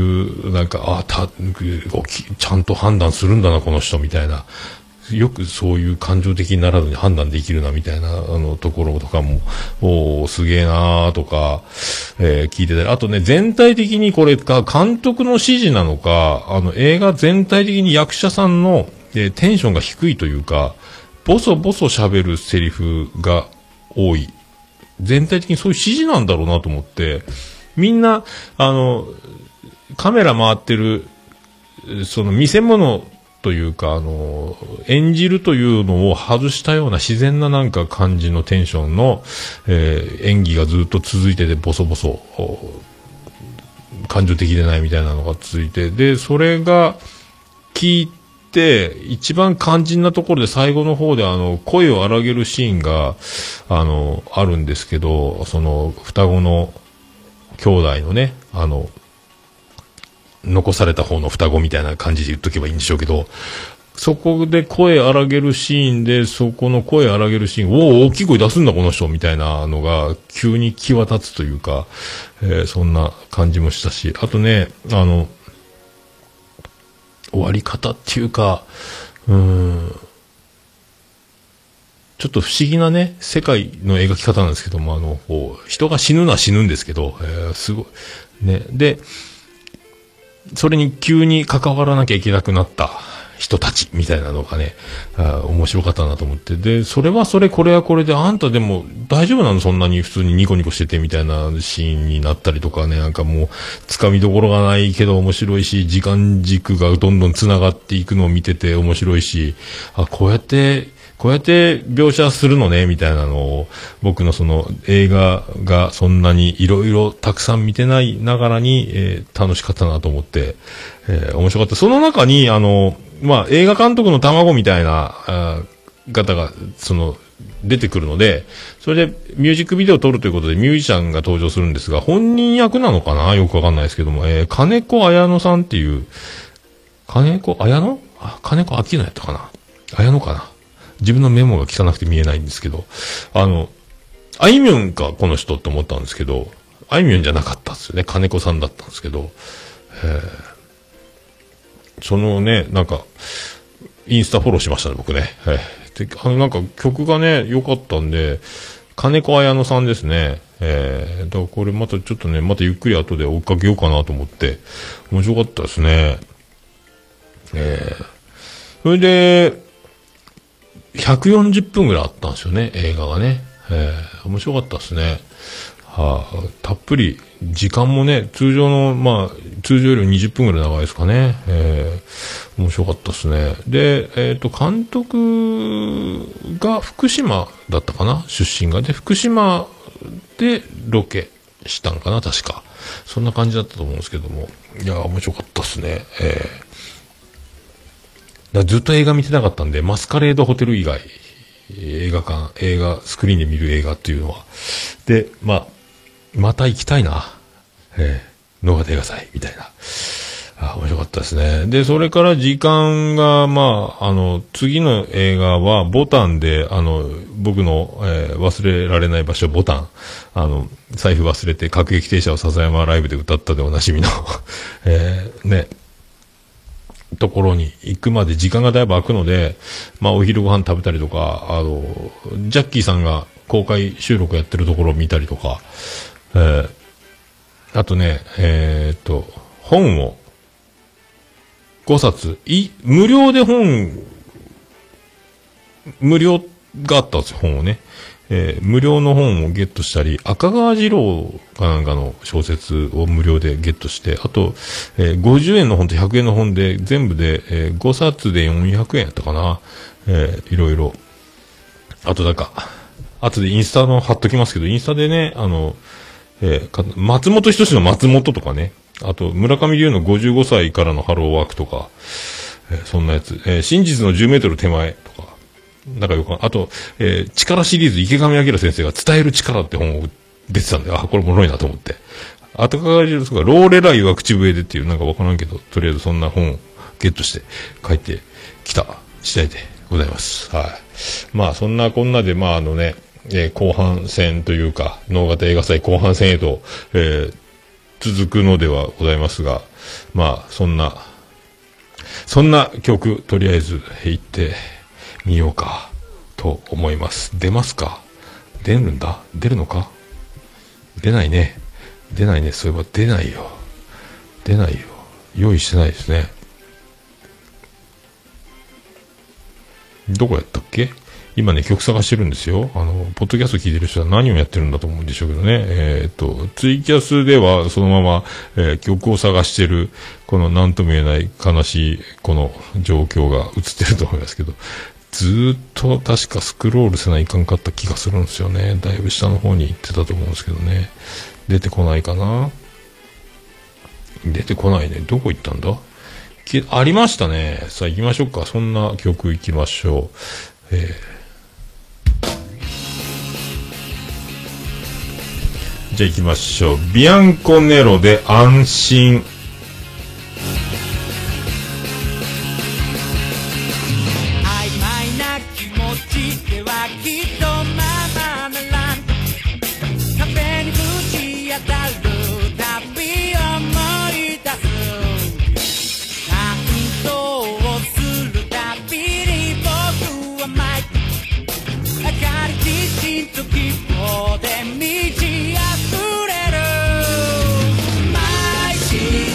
なんか、あ、た、ちゃんと判断するんだな、この人みたいな。よくそういう感情的にならずに判断できるなみたいなあのところとかも、おーすげえなーとか、えー、聞いてたり、あとね、全体的にこれが監督の指示なのか、あの映画全体的に役者さんの、えー、テンションが低いというか、ボソボソ喋るセリフが多い。全体的にそういう指示なんだろうなと思って、みんな、あの、カメラ回ってる、その見せ物というか、あの、演じるというのを外したような自然ななんか感じのテンションの、えー、演技がずっと続いてて、ボソボソ、感情的でないみたいなのが続いて、で、それが聞いて、一番肝心なところで最後の方であの、声を荒げるシーンが、あの、あるんですけど、その、双子の兄弟のね、あの、残された方の双子みたいな感じで言っとけばいいんでしょうけど、そこで声荒げるシーンで、そこの声荒げるシーン、おお、大きい声出すんだこの人みたいなのが急に際立つというか、えー、そんな感じもしたし、あとね、あの、終わり方っていうか、うーん、ちょっと不思議なね、世界の描き方なんですけども、あの、こう人が死ぬのは死ぬんですけど、えー、すごい、ね、で、それに急に関わらなきゃいけなくなった人たちみたいなのがね、あ、面白かったなと思って。で、それはそれ、これはこれで、あんたでも大丈夫なのそんなに普通にニコニコしててみたいなシーンになったりとかね、なんかもう、つかみどころがないけど面白いし、時間軸がどんどん繋がっていくのを見てて面白いし、あ、こうやって、こうやって描写するのねみたいなのを、僕のその映画がそんなにいろいろたくさん見てないながらに、えー、楽しかったなと思って、えー、面白かった。その中にあの、まあ、映画監督の卵みたいなあ方がその出てくるので、それでミュージックビデオを撮るということでミュージシャンが登場するんですが、本人役なのかな、よくわかんないですけども、えー、金子綾乃さんっていう、金子綾乃あ、金子明乃やったかな、綾乃かな。 自分のメモが汚くて見えないんですけど、あの、あいみょんか、この人って思ったんですけど、あいみょんじゃなかったんですよね。金子さんだったんですけど、えー、そのね、なんか、インスタフォローしましたね、僕ね。えー、で、あの、なんか曲がね、良かったんで、金子綾乃さんですね。えー、だからこれまたちょっとね、またゆっくり後で追っかけようかなと思って、面白かったですね。えー、それで、ひゃくよんじゅっぷんぐらいあったんですよね、映画がね。えー、面白かったですね。はあ、たっぷり、時間もね、通常の、まあ、通常よりにじゅっぷんぐらい長いですかね。えー、面白かったですね。で、えっと、監督が福島だったかな、出身が。で、福島でロケしたんかな、確か。そんな感じだったと思うんですけども。いや、面白かったですね。えー、だずっと映画見てなかったんで、マスカレードホテル以外、映画館、映画、スクリーンで見る映画っていうのは。で、まあ、また行きたいな。えー、野方映画祭、みたいな。あ、面白かったですね。で、それから時間が、まあ、あの、次の映画は、ボタンで、あの、僕の、えー、忘れられない場所、ボタン。あの、財布忘れて、各駅停車を笹山ライブで歌ったでおなじみの、えー、ね、ところに行くまで時間がだいぶ空くので、まあ、お昼ご飯食べたりとか、あの、ジャッキーさんが公開収録やってるところを見たりとか、えー、あとね、えー、っと、本をごさつ、い、無料で本、無料があったんですよ、本をね。えー、無料の本をゲットしたり、赤川次郎かなんかの小説を無料でゲットして、あと、えー、ごじゅうえんの本とひゃくえんの本で、全部で、えー、ごさつでよんひゃくえんやったかな。えー、いろいろ。あとなんか、後でインスタの貼っときますけど、インスタでね、あの、えー、松本人志の松本とかね、あと、村上龍のごじゅうごさいからのハローワークとか、えー、そんなやつ、えー、真実のじゅうメートル手前とか、なんかよく、あと、えー、力シリーズ池上彰先生が伝える力って本を出てたんで、あ、これおもろいなと思って。あとかがじるとか、ローレライは口笛でっていう、なんかわからんけど、とりあえずそんな本をゲットして帰ってきた次第でございます。はい。まあ、そんなこんなで、まあ、あのね、えー、後半戦というか、能形映画祭後半戦へと、えー、続くのではございますが、まあ、そんな、そんな曲、とりあえず行ってみようか、と思います。出ますか？出るんだ？出るのか？出ないね。出ないね。そういえば出ないよ。出ないよ。用意してないですね。どこやったっけ？今ね、曲探してるんですよ。あの、ポッドキャスト聞いてる人は何をやってるんだと思うんでしょうけどね。えーっと、ツイキャスではそのまま、えー、曲を探してる、この何とも言えない悲しい、この状況が映ってると思いますけど、ずーっと確かスクロールせないかんかった気がするんですよね。だいぶ下の方に行ってたと思うんですけどね。出てこないかな？出てこないね。どこ行ったんだ？ありましたね。さあ行きましょうか。そんな曲行きましょう。えーじゃあ行きましょう。ビアンコネロで安心。 曖昧な気持ちではきっとままならん。壁にぶち当たるたび思い出す。感動をするたびに僕は舞い。明かり自信と希望で満ち溢れる。毎日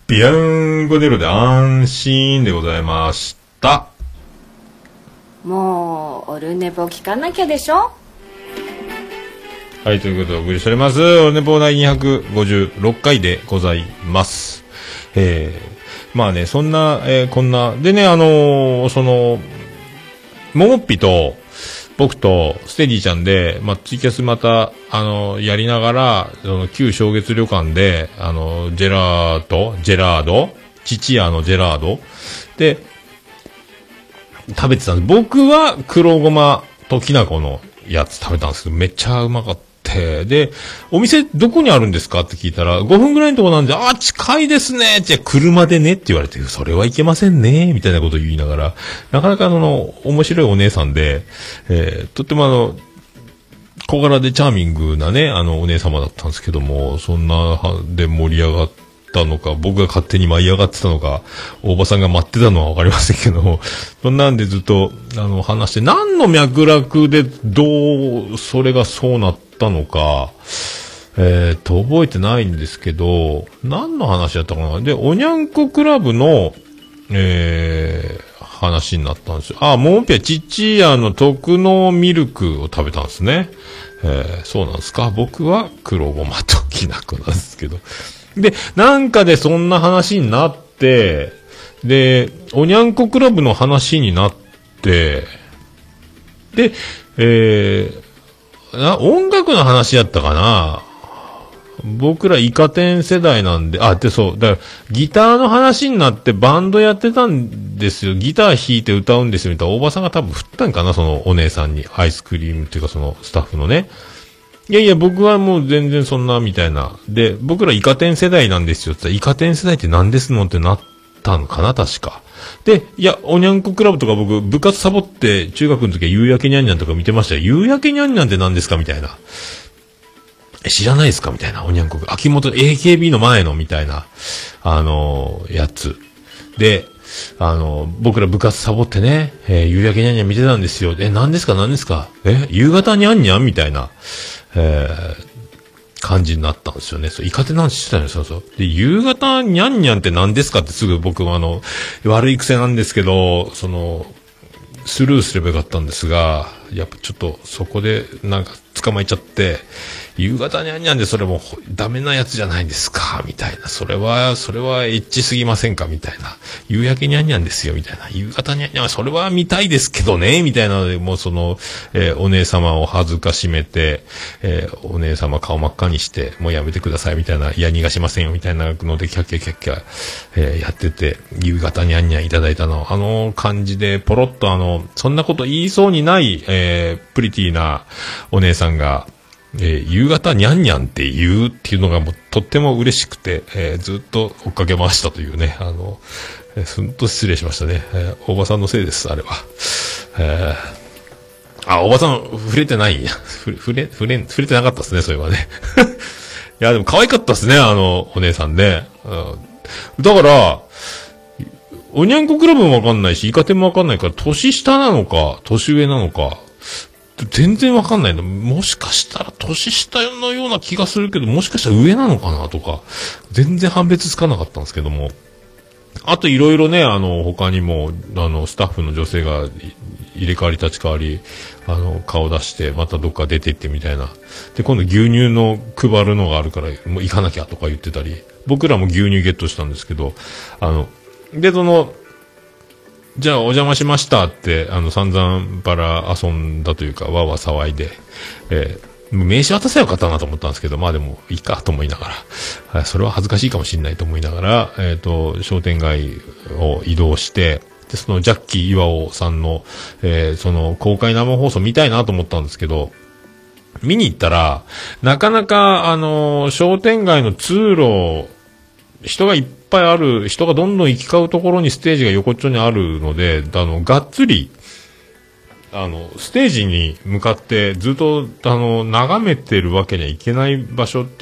ビアンコネロで安心でございました。 もうオルネポ聞かなきゃでしょ。 はい、ということでお送りしておりますオルネポ第にひゃくごじゅうろっかいでございます。えー、まあね、そんな、えー、こんなでね、あのー、そのももっぴと僕とステディちゃんで、まあ、ツイキャスまた、あの、やりながら、その、旧正月旅館で、あの、ジェラート、ジェラード、父屋のジェラードで、食べてたんです。僕は黒ごまときな粉のやつ食べたんですけど、めっちゃうまかった。で、お店どこにあるんですかって聞いたら、ごふんぐらいのとこなんで、あ、近いですねって、車でねって言われて、それはいけませんねみたいなことを言いながら、なかなかあの、面白いお姉さんで、えー、とってもあの、小柄でチャーミングなね、あの、お姉様だったんですけども、そんなで盛り上がったのか、僕が勝手に舞い上がってたのか、大場さんが待ってたのはわかりませんけども、そんなんでずっと、あの、話して、何の脈絡でどう、それがそうなったたのか、えーっと、覚えてないんですけど、何の話だったかな。で、おにゃんこクラブの、えー、話になったんですよ。あ、ももぴはちっちやの特納ミルクを食べたんですね。えー、そうなんですか。僕は黒ごまときな粉なんですけど。で、なんかでそんな話になって、で、おにゃんこクラブの話になって、で、えー、な音楽の話やったかな。僕らイカ天世代なんで、あ、で、そう、だから、ギターの話になってバンドやってたんですよ。ギター弾いて歌うんですよ、みたいな。大場さんが多分振ったんかな、そのお姉さんに。アイスクリームっていうか、そのスタッフのね。いやいや、僕はもう全然そんな、みたいな。で、僕らイカ天世代なんですよ。って言ったら、イカ天世代って何ですのってなったのかな、確か。で、いや、おにゃんこクラブとか僕、部活サボって、中学の時は夕焼けにゃんにゃんとか見てましたよ。夕焼けにゃんにゃんって何ですかみたいな。え、知らないですかみたいな。おにゃんこ、秋元、エーケービー の前のみたいな、あのー、やつ。で、あのー、僕ら部活サボってね、えー、夕焼けにゃんにゃん見てたんですよ。え、何ですか何ですかえ、夕方にゃんにゃんみたいな、えー、感じになったんですよね。そう、イカ天の話してたんですよ。そう。で、夕方にゃんにゃんって何ですかってすぐ僕はあの、悪い癖なんですけど、その、スルーすればよかったんですが、やっぱちょっとそこでなんか捕まえちゃって、夕方にゃんにゃんでそれもダメなやつじゃないですか、みたいな。それは、それはエッチすぎませんかみたいな。夕焼けにゃんにゃんですよ、みたいな。夕方にゃんにゃんはそれは見たいですけどね、みたいなので、もうその、えー、お姉様を恥ずかしめて、えー、お姉様顔真っ赤にして、もうやめてください、みたいな。いや、逃がしませんよ、みたいなので、キャッキャキャッキャ、えー、やってて、夕方にゃんにゃんいただいたの。あの感じで、ポロッとあの、そんなこと言いそうにない、えー、プリティなお姉さんが、えー、夕方にゃんにゃんって言うっていうのがもうとっても嬉しくて、えー、ずっと追っかけ回したというね、あの、えー、すんと失礼しましたね。えー、おばさんのせいです、あれは。えー、あ、おばさん触れてないふ触れ、触れ、触れてなかったですね、それはね。いや、でも可愛かったですね、あの、お姉さんね。うん、だから、おにゃんこクラブもわかんないし、イカ天もわかんないから、年下なのか、年上なのか、全然わかんないの。もしかしたら年下のような気がするけど、もしかしたら上なのかなとか、全然判別つかなかったんですけども。あといろいろね、あの、他にも、あの、スタッフの女性が入れ替わり立ち替わり、あの、顔出して、またどっか出てってみたいな。で、今度牛乳の配るのがあるから、もう行かなきゃとか言ってたり、僕らも牛乳ゲットしたんですけど、あの、で、その、じゃあお邪魔しましたって、あの、散々パラ遊んだというか、わわ騒いで、えー、名刺渡せよかったなと思ったんですけど、まあでもいいかと思いながら、はい、それは恥ずかしいかもしれないと思いながら、えっと、商店街を移動して、で、そのジャッキー岩尾さんの、えー、その公開生放送見たいなと思ったんですけど、見に行ったら、なかなか、あのー、商店街の通路、人がいっぱいある、人がどんどん行き交うところにステージが横っちょにあるので、あの、がっつり、あの、ステージに向かってずっと、あの、眺めてるわけにはいけない場所っていうか、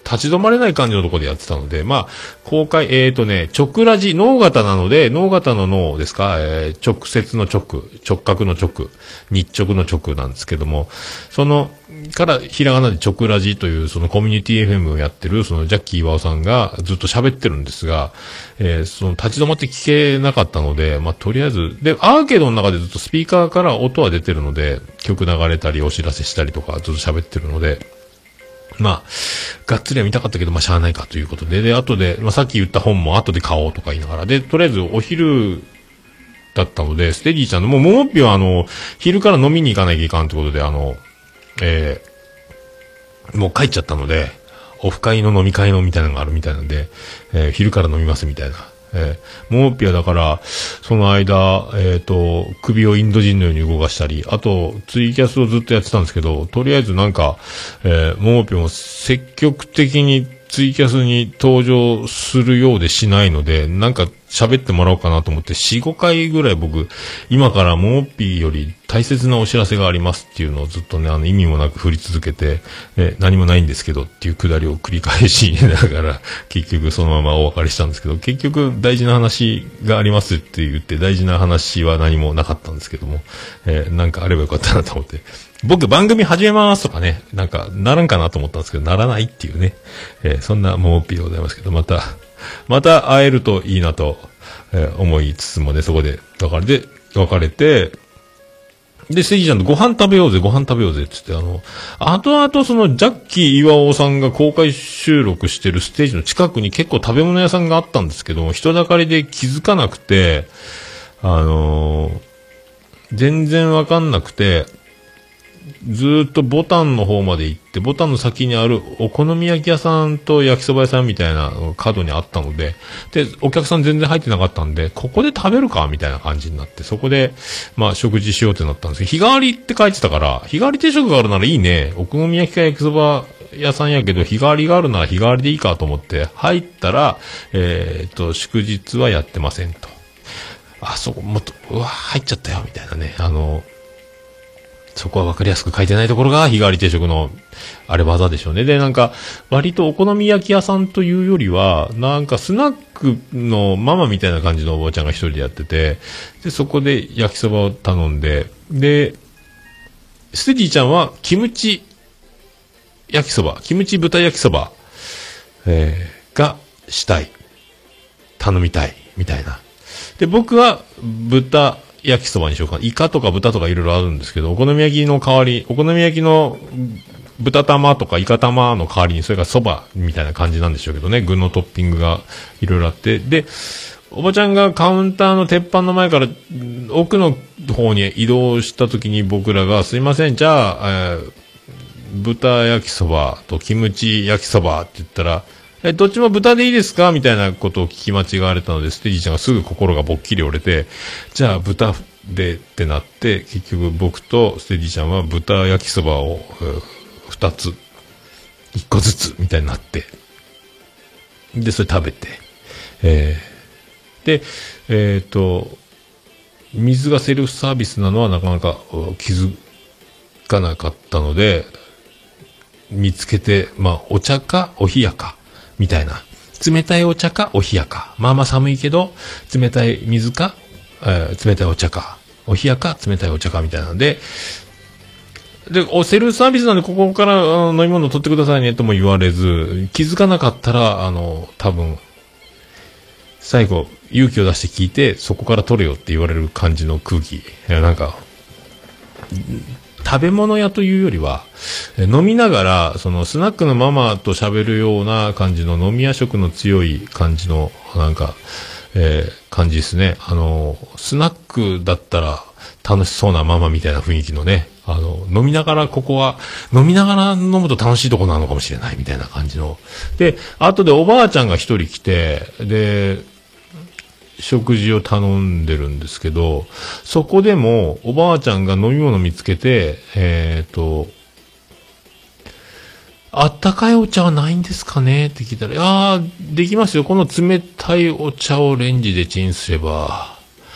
立ち止まれない感じのところでやってたので、まあ、公開、えーとね、直ラジ、脳型なので、脳型の脳ですか、えー、直接の直、直角の直、日直の直なんですけども、その、からひらがなで直ラジというそのコミュニティ エフエム をやってるそのジャッキー岩尾さんがずっと喋ってるんですが、えー、その立ち止まって聞けなかったので、まあ、とりあえず、で、アーケードの中でずっとスピーカーから音は出てるので、曲流れたりお知らせしたりとかずっと喋ってるので、まあ、がっつりは見たかったけど、まあ、しゃあないかということで、で、後で、まあ、さっき言った本も後で買おうとか言いながら、で、とりあえずお昼だったので、ステディちゃんの、もう、ももっぴはあの、昼から飲みに行かなきゃいかんってことで、あの、えー、もう帰っちゃったので、オフ会の飲み会のみたいなのがあるみたいなんで、えー、昼から飲みますみたいな。えー、ももっぴはだから、その間、えっと、首をインド人のように動かしたり、あと、ツイキャスをずっとやってたんですけど、とりあえずなんか、えー、ももっぴも積極的にツイキャスに登場するようでしないので、なんか喋ってもらおうかなと思って、よん、ごかいぐらい僕、今からももっぴより大切なお知らせがありますっていうのをずっとね、あの意味もなく振り続けて、え何もないんですけどっていうくだりを繰り返しながら、結局そのままお別れしたんですけど、結局大事な話がありますって言って大事な話は何もなかったんですけども、えー、なんかあればよかったなと思って、僕番組始めますとかね、なんかならんかなと思ったんですけど、ならないっていうね、えー、そんなももっぴでございますけど、また、また会えるといいなと、えー、思いつつもね、そこで別れて、別れて、で、ステージちゃんとご飯食べようぜ、ご飯食べようぜって言って、あの、後々そのジャッキー岩尾さんが公開収録してるステージの近くに結構食べ物屋さんがあったんですけども、人だかりで気づかなくて、あのー、全然わかんなくて、ずーっとボタンの方まで行って、ボタンの先にあるお好み焼き屋さんと焼きそば屋さんみたいな角にあったので、で、お客さん全然入ってなかったんで、ここで食べるかみたいな感じになって、そこで、まあ食事しようってなったんですけど、日替わりって書いてたから、日替わり定食があるならいいね。お好み焼きか焼きそば屋さんやけど、日替わりがあるなら日替わりでいいかと思って、入ったら、えーっと、祝日はやってませんと。あ、そこ、もっと、うわ、入っちゃったよ、みたいなね。あの、そこは分かりやすく書いてないところが日替わり定食のあれ技でしょうね。で、なんか割とお好み焼き屋さんというよりはなんかスナックのママみたいな感じのおばちゃんが一人でやってて、でそこで焼きそばを頼んで、でステディちゃんはキムチ焼きそば、キムチ豚焼きそば、えー、がしたい、頼みたいみたいな。で僕は豚焼きそばにしようかな。イカとか豚とかいろいろあるんですけど、お好み焼きの代わり、お好み焼きの豚玉とかイカ玉の代わりにそれがそばみたいな感じなんでしょうけどね、具のトッピングがいろいろあって、でおばちゃんがカウンターの鉄板の前から奥の方に移動した時に僕らがすいません、じゃあ、えー、豚焼きそばとキムチ焼きそばって言ったら、え、どっちも豚でいいですかみたいなことを聞き間違われたので、ステージちゃんがすぐ心がぼっきり折れて、じゃあ豚でってなって、結局僕とステージちゃんは豚焼きそばを二つ、一個ずつみたいになって、で、それ食べて、えー、で、えっと、水がセルフサービスなのはなかなか気づかなかったので、見つけて、まあ、お茶かお冷やか、みたいな。冷たいお茶かお冷やか。まあまあ寒いけど、冷たい水か、えー、冷たいお茶か。お冷やか、冷たいお茶か、みたいなので、で、おセルフサービスなんでここからあの飲み物取ってくださいねとも言われず、気づかなかったら、あの、多分、最後、勇気を出して聞いて、そこから取れよって言われる感じの空気。いや、なんか、食べ物屋というよりは、飲みながら、そのスナックのママと喋るような感じの飲み屋色の強い感じの、なんか、えー、感じですね。あの、スナックだったら楽しそうなママみたいな雰囲気のね、あの、飲みながらここは、飲みながら飲むと楽しいとこなのかもしれないみたいな感じの。で、後でおばあちゃんが一人来て、で、食事を頼んでるんですけど、そこでもおばあちゃんが飲み物見つけて、えっと、あったかいお茶はないんですかねって聞いたら、いやー、できますよ。この冷たいお茶をレンジでチンすれば、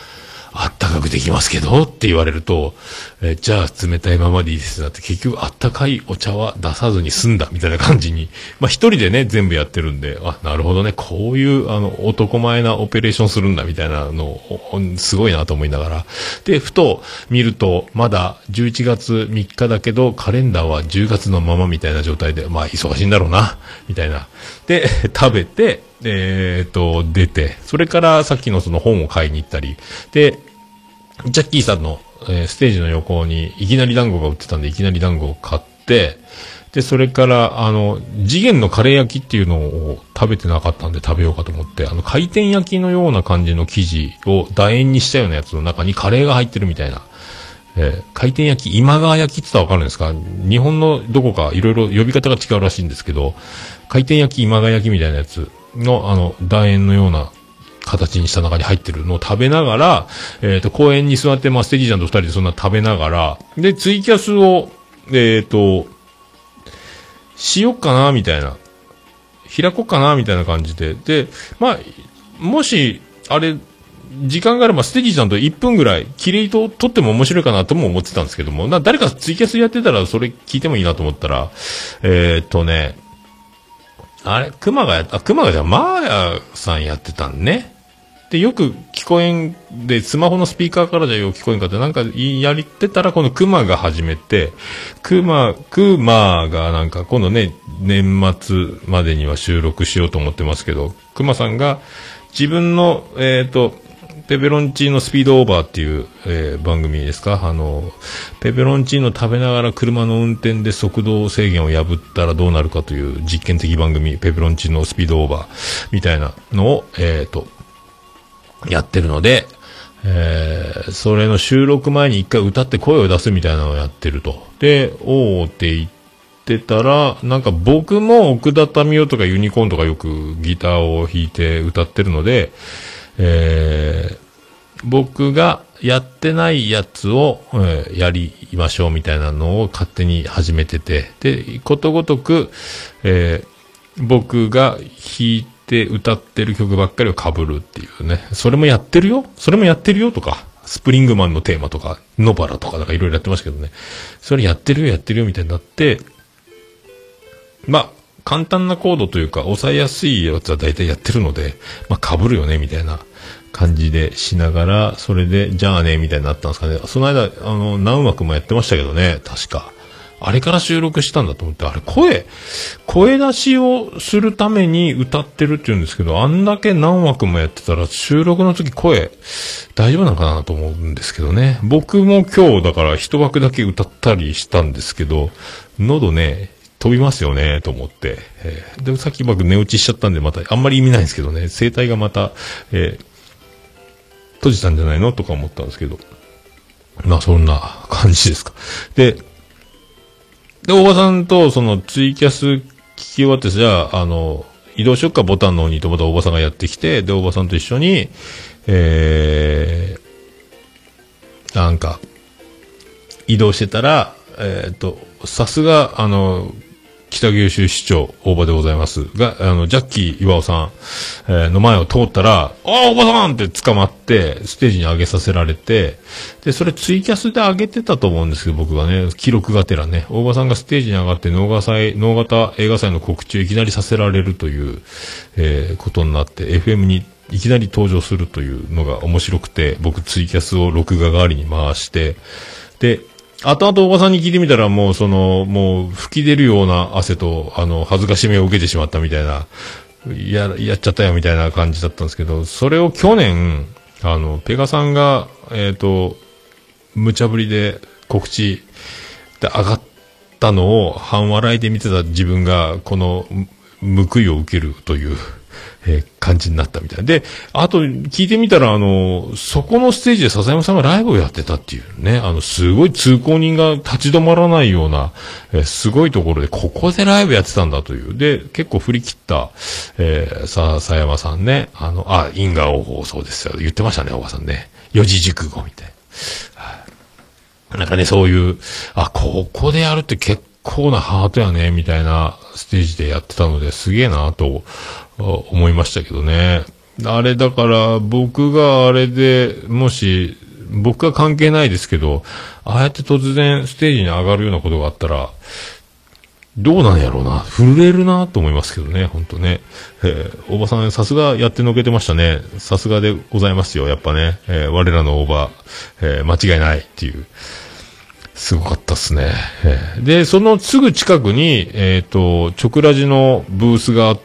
あったかくできますけどって言われると、えー、じゃあ冷たいままでいいですなって結局あったかいお茶は出さずに済んだみたいな感じに、まあ一人でね全部やってるんで、あ、なるほどね、こういうあの男前なオペレーションするんだみたいなのをすごいなと思いながら、でふと見るとまだじゅういちがつみっかだけどカレンダーはじゅうがつのままみたいな状態で、まあ忙しいんだろうなみたいなで食べて、えー、っと出て、それからさっきのその本を買いに行ったりで、ジャッキーさんの、えー、ステージの横にいきなり団子が売ってたんでいきなり団子を買って、でそれからあの次元のカレー焼きっていうのを食べてなかったんで食べようかと思って、あの回転焼きのような感じの生地を楕円にしたようなやつの中にカレーが入ってるみたいな、えー、回転焼き、今川焼きって言ったらわかるんですか？日本のどこかいろいろ呼び方が違うらしいんですけど、回転焼き、今川焼きみたいなやつのあの楕円のような形にした中に入ってるのを食べながら、えっと、公園に座って、まあ、ステージちゃんと二人でそんな食べながら、で、ツイキャスを、えっと、しよっかな、みたいな。開こっかな、みたいな感じで。で、まあ、もし、あれ、時間があればステージちゃんといっぷんぐらい、キレイと撮っても面白いかなとも思ってたんですけども、な誰かツイキャスやってたらそれ聞いてもいいなと思ったら、えっとね、あれ、熊がやった、あ、熊がじゃあ、マーヤさんやってたんね。で、よく聞こえんで、スマホのスピーカーからじゃよく聞こえんかって、なんかやりてたら、この熊が始めて、熊、熊がなんか、今度ね、年末までには収録しようと思ってますけど、熊さんが自分の、えっと、ペペロンチーノスピードオーバーっていう、えー、番組ですか、あの、ペペロンチーノ食べながら車の運転で速度制限を破ったらどうなるかという実験的番組、ペペロンチーノスピードオーバーみたいなのを、えっと、やってるので、えー、それの収録前に一回歌って声を出すみたいなのをやってると。で、おーって言ってたら、なんか僕も奥田民生とかユニコーンとかよくギターを弾いて歌ってるので、えー、僕がやってないやつを、えー、やりましょうみたいなのを勝手に始めてて、で、ことごとく、えー、僕が弾いて歌ってる曲ばっかりを被るっていうね。それもやってるよそれもやってるよとか、スプリングマンのテーマとか、ノバラとかなんかいろいろやってましたけどね。それやってるよやってるよみたいになって、まあ、簡単なコードというか、抑えやすいやつは大体やってるので、まあ、被るよねみたいな感じでしながら、それで、じゃあね、みたいになったんですかね。その間、あの、何枠もやってましたけどね、確か。あれから収録したんだと思って、あれ、声、声出しをするために歌ってるって言うんですけど、あんだけ何枠もやってたら、収録の時声、大丈夫なのかなと思うんですけどね。僕も今日、だから一枠だけ歌ったりしたんですけど、喉ね、飛びますよね、と思って。えー、で、さっき僕寝落ちしちゃったんで、また、あんまり意味ないんですけどね、声帯がまた、えー、閉じたんじゃないのとか思ったんですけど。まあ、そんな感じですか。で、で、大場さんと、その、ツイキャス聞き終わって、じゃあ、あの、移動しよっか、ボタンの方にと、また大場さんがやってきて、で、大場さんと一緒に、えー、なんか、移動してたら、えっと、さすが、あの、北九州市長、大場でございますが、あの、ジャッキー岩尾さん、えー、の前を通ったら、ああ、大場さんって捕まって、ステージに上げさせられて、で、それツイキャスで上げてたと思うんですけど、僕がね、記録がてらね、大場さんがステージに上がって、能型祭、能型映画祭の告知をいきなりさせられるという、えー、ことになって、エフエム にいきなり登場するというのが面白くて、僕ツイキャスを録画代わりに回して、で、後々おばさんに聞いてみたらもうその、もう吹き出るような汗と、あの、恥ずかしめを受けてしまったみたいな、や、やっちゃったよみたいな感じだったんですけど、それを去年、あの、ペガさんが、えっと、無茶ぶりで告知で上がったのを半笑いで見てた自分が、この、報いを受けるという、えー、感じになったみたいで、あと聞いてみたらあのそこのステージで笹山さんがライブをやってたっていうね、あのすごい通行人が立ち止まらないような、えー、すごいところでここでライブやってたんだというで、結構振り切った、えー、笹山さんね、あのあ因果応報そうですよ言ってましたね、おばさんね、四字熟語みたいな、なんかね、そういうあここでやるって結構なハートやねみたいなステージでやってたので、すげえなと思いましたけどね。 あれだから僕があれでもし僕は関係ないですけど、ああやって突然ステージに上がるようなことがあったらどうなんやろうな、震えるなと思いますけどね、本当ね。えー、おばさんさすがやってのけてましたね。さすがでございますよ、やっぱね。えー、我らのおば、えー、間違いないっていう。すごかったっすね。えー、で、そのすぐ近くに、えっと、チョクラジのブースがあって、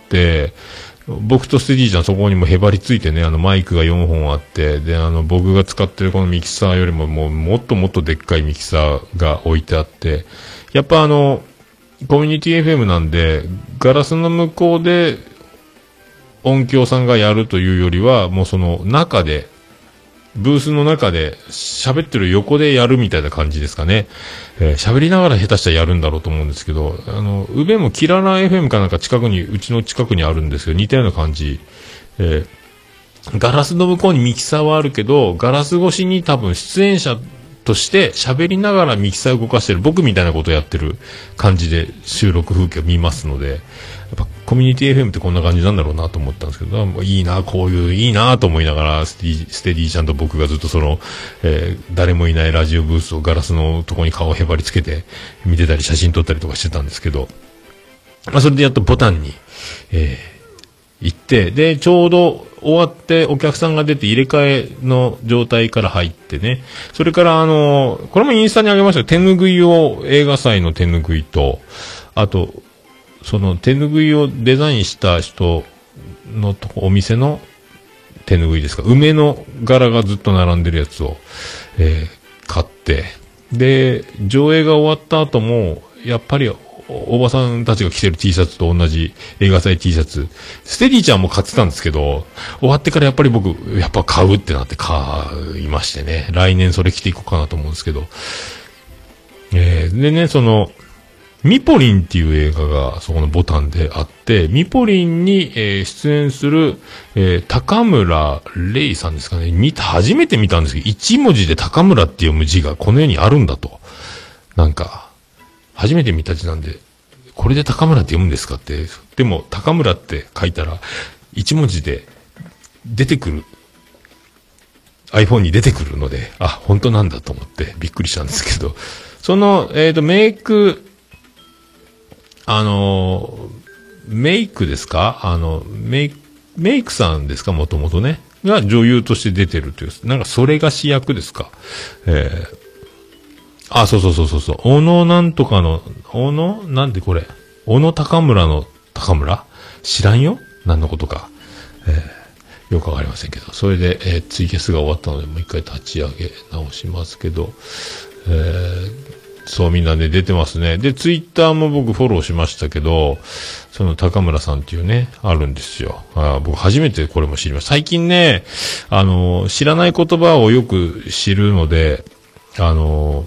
僕とステディちゃんそこにもへばりついてね、あのマイクがよんほんあって、で、あの僕が使ってるこのミキサーよりももうもっともっとでっかいミキサーが置いてあって、やっぱあの、コミュニティ エフエム なんで、ガラスの向こうで音響さんがやるというよりは、もうその中で、ブースの中で喋ってる横でやるみたいな感じですかね。えー、喋りながら下手したらやるんだろうと思うんですけど、あの、宇部もキララ エフエム かなんか近くに、うちの近くにあるんですけど、似たような感じ。えー、ガラスの向こうにミキサーはあるけど、ガラス越しに多分出演者として喋りながらミキサー動かしてる僕みたいなことをやってる感じで収録風景を見ますので、やっぱコミュニティ エフエム ってこんな感じなんだろうなと思ったんですけど、いいな、こういういいなと思いながらスティ、ステディちゃんと僕がずっとその、えー、誰もいないラジオブースをガラスのとこに顔をへばりつけて見てたり写真撮ったりとかしてたんですけど、まあそれでやっとボタンに、えー、行って、で、ちょうど終わってお客さんが出て入れ替えの状態から入ってね、それからあの、これもインスタにあげましたけど、手ぬぐいを映画祭の手ぬぐいと、あと、その手ぬぐいをデザインした人のとこお店の手ぬぐいですか、梅の柄がずっと並んでるやつを、えー、買って、で、上映が終わった後も、やっぱりおばさんたちが着てる T シャツと同じ映画祭 T シャツ、ステディちゃんも買ってたんですけど、終わってからやっぱり僕、やっぱ買うってなって買いましてね、来年それ着ていこうかなと思うんですけど、えー、でね、その、ミポリンっていう映画がそこのボタンであって、ミポリンに、えー、出演する、えー、高村レイさんですかね。見た、初めて見たんですけど、一文字で高村って読む字がこの世にあるんだと。なんか、初めて見た字なんで、これで高村って読むんですかって。でも、高村って書いたら、一文字で出てくる。iPhone に出てくるので、あ、本当なんだと思ってびっくりしたんですけど、その、えっと、メイク、あの、メイクですかあの、メイク、メイクさんですかもともとね。が女優として出てるという。なんかそれが主役ですかえー、あ、そうそうそうそうそう。小野なんとかの、小野なんでこれ小野高村の高村知らんよ何のことか。えー、よくわかりませんけど。それで、えー、ツイキャスが終わったので、もう一回立ち上げ直しますけど、えー、そうみんなで出てますね。で、ツイッターも僕フォローしましたけど、その高村さんっていうね、あるんですよ。あ、僕初めてこれも知りました。最近ね、あの、知らない言葉をよく知るので、あの、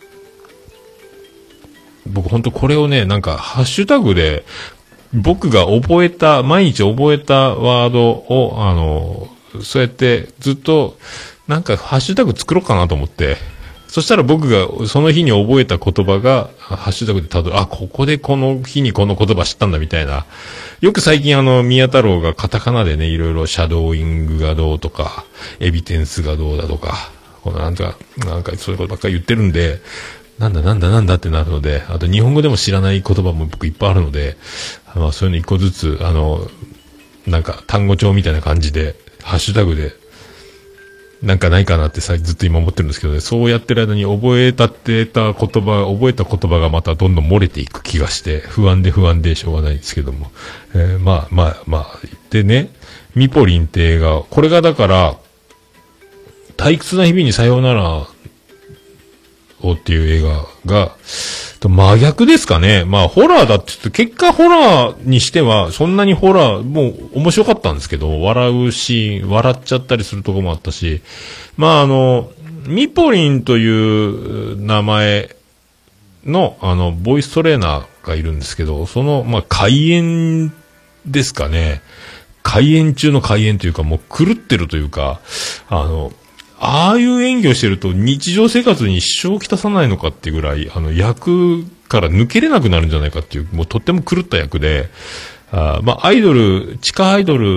僕本当これをね、なんかハッシュタグで、僕が覚えた、毎日覚えたワードを、あの、そうやってずっと、なんかハッシュタグ作ろうかなと思って、そしたら僕がその日に覚えた言葉が、ハッシュタグでたどる、あ、ここでこの日にこの言葉知ったんだみたいな。よく最近あの、宮太郎がカタカナでね、いろいろシャドーイングがどうとか、エビデンスがどうだとか、このなんか、なんかそういうことばっかり言ってるんで、なんだなんだなんだってなるので、あと日本語でも知らない言葉も僕いっぱいあるので、まあそういうの一個ずつ、あの、なんか単語帳みたいな感じで、ハッシュタグで、なんかないかなってさ、ずっと今思ってるんですけどね、そうやってる間に覚えたってた言葉、覚えた言葉がまたどんどん漏れていく気がして、不安で不安でしょうがないんですけども。えー、まあまあまあ、でね、ミポリンって映画、これがだから、退屈な日々にさようならをっていう映画が、真逆ですかね。まあ、ホラーだって言って、結果ホラーにしては、そんなにホラー、もう面白かったんですけど、笑うシーン、笑っちゃったりするとこもあったし、まあ、あの、ミポリンという名前の、あの、ボイストレーナーがいるんですけど、その、まあ、開演ですかね。開演中の開演というか、もう狂ってるというか、あの、ああいう演技をしてると日常生活に支障をきたさないのかっていうぐらい、あの役から抜けれなくなるんじゃないかっていう、もうとっても狂った役で、あまあアイドル、地下アイドル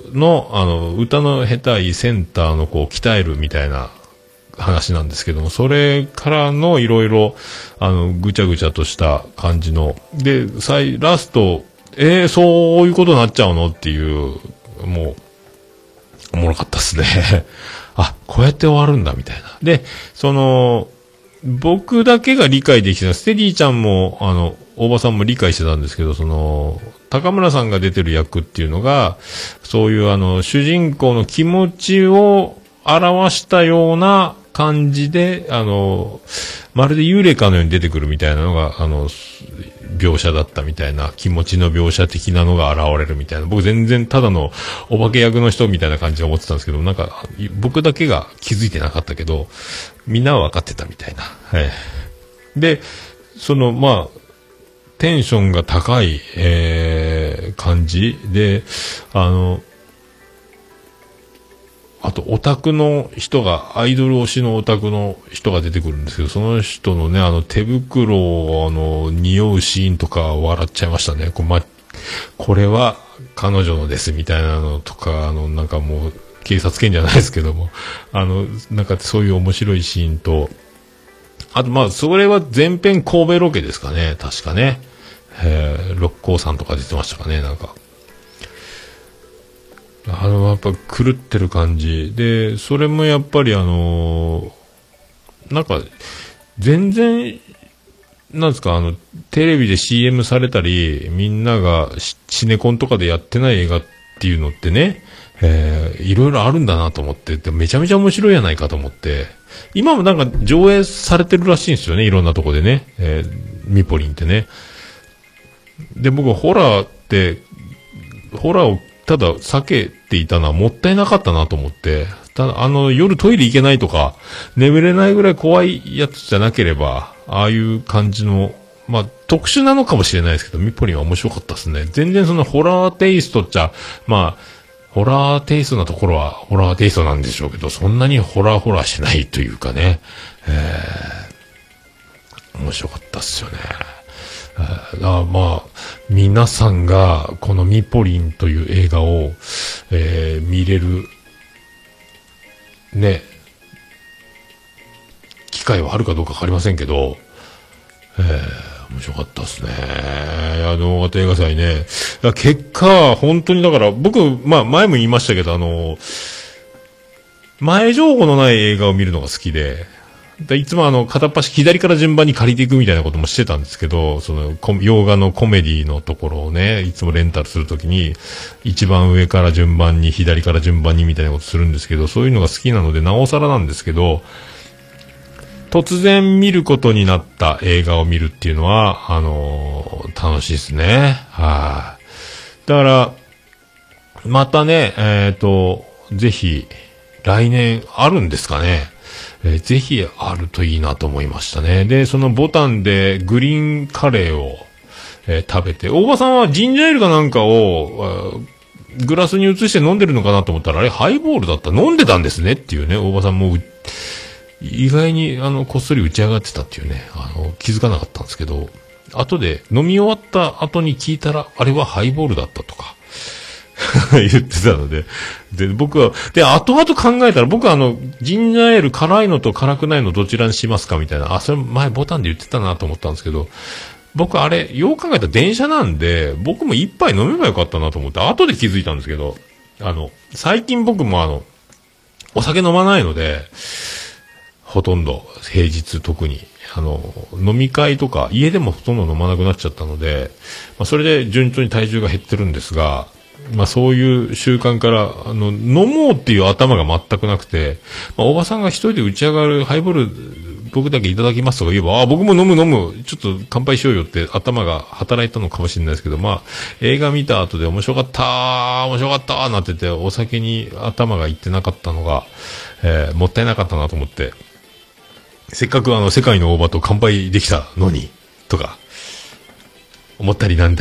の、あの、歌の下手いセンターのこう、鍛えるみたいな話なんですけども、それからのいろいろ、あの、ぐちゃぐちゃとした感じの、で、最、ラスト、えー、そういうことになっちゃうのっていう、もう、おもろかったっすね。あ、こうやって終わるんだ、みたいな。で、その、僕だけが理解できてた、ステディちゃんも、あの、大場さんも理解してたんですけど、その、高村さんが出てる役っていうのが、そういうあの、主人公の気持ちを表したような感じで、あの、まるで幽霊かのように出てくるみたいなのが、あの、描写だったみたいな、気持ちの描写的なのが現れるみたいな、僕全然ただのお化け役の人みたいな感じで思ってたんですけど、なんか、僕だけが気づいてなかったけど、みんなは分かってたみたいな。はい。で、その、まあ、テンションが高い、えー、感じで、あの、あと、オタクの人が、アイドル推しのオタクの人が出てくるんですけど、その人のね、あの、手袋を、あの、匂うシーンとか笑っちゃいましたね。これ、ま、これは彼女のです、みたいなのとか、あの、なんかもう、警察犬じゃないですけども、あの、なんかそういう面白いシーンと、あと、まあ、それは全編神戸ロケですかね、確かね。えー、六甲山とか出てましたかね、なんか。あの、やっぱ狂ってる感じ。で、それもやっぱりあのー、なんか、全然、なんですか、あの、テレビで シーエム されたり、みんながシネコンとかでやってない映画っていうのってね、えー、いろいろあるんだなと思って、でめちゃめちゃ面白いやないかと思って、今もなんか上映されてるらしいんですよね、いろんなとこでね、えー、ミポリンってね。で、僕はホラーって、ホラーをただ避けていたのはもったいなかったなと思って、ただあの夜トイレ行けないとか、眠れないぐらい怖いやつじゃなければ、ああいう感じの、まあ特殊なのかもしれないですけど、ミポリンは面白かったですね。全然そのホラーテイストっちゃ、まあ、ホラーテイストなところはホラーテイストなんでしょうけど、そんなにホラーホラーしないというかね、えー、面白かったっすよね。あまあ、皆さんがこのミポリンという映画を、えー、見れるね機会はあるかどうかわかりませんけど、えー、面白かったですね。あの大型映画祭ね。結果本当にだから僕まあ前も言いましたけど、あの前情報のない映画を見るのが好きで。いつもあの、片っ端左から順番に借りていくみたいなこともしてたんですけど、その、洋画のコメディのところをね、いつもレンタルするときに、一番上から順番に、左から順番にみたいなことするんですけど、そういうのが好きなので、なおさらなんですけど、突然見ることになった映画を見るっていうのは、あのー、楽しいですね。はい。だから、またね、えっと、ぜひ、来年あるんですかね。えー、ぜひあるといいなと思いましたね。で、そのボタンでグリーンカレーを、えー、食べて、大場さんはジンジャーエールかなんかを、グラスに移して飲んでるのかなと思ったら、あれハイボールだった。飲んでたんですねっていうね、大場さんも、意外にあの、こっそり打ち上がってたっていうね、あの、気づかなかったんですけど、後で飲み終わった後に聞いたら、あれはハイボールだったとか。言ってたので。で、僕は、で、後々考えたら、僕はあの、ジンジャーエール辛いのと辛くないのどちらにしますかみたいな。あ、それ前ボタンで言ってたなと思ったんですけど、僕あれ、よう考えたら電車なんで、僕も一杯飲めばよかったなと思って、後で気づいたんですけど、あの、最近僕もあの、お酒飲まないので、ほとんど、平日特に。あの、飲み会とか、家でもほとんど飲まなくなっちゃったので、まあ、それで順調に体重が減ってるんですが、まあそういう習慣から、あの、飲もうっていう頭が全くなくて、まあおばさんが一人で打ち上がるハイボール、僕だけいただきますとか言えば、あ、僕も飲む飲む、ちょっと乾杯しようよって頭が働いたのかもしれないですけど、まあ映画見た後で面白かったー、面白かったーなってて、お酒に頭がいってなかったのが、えー、もったいなかったなと思って、せっかくあの世界の大場と乾杯できたのに、とか、思ったりなんだり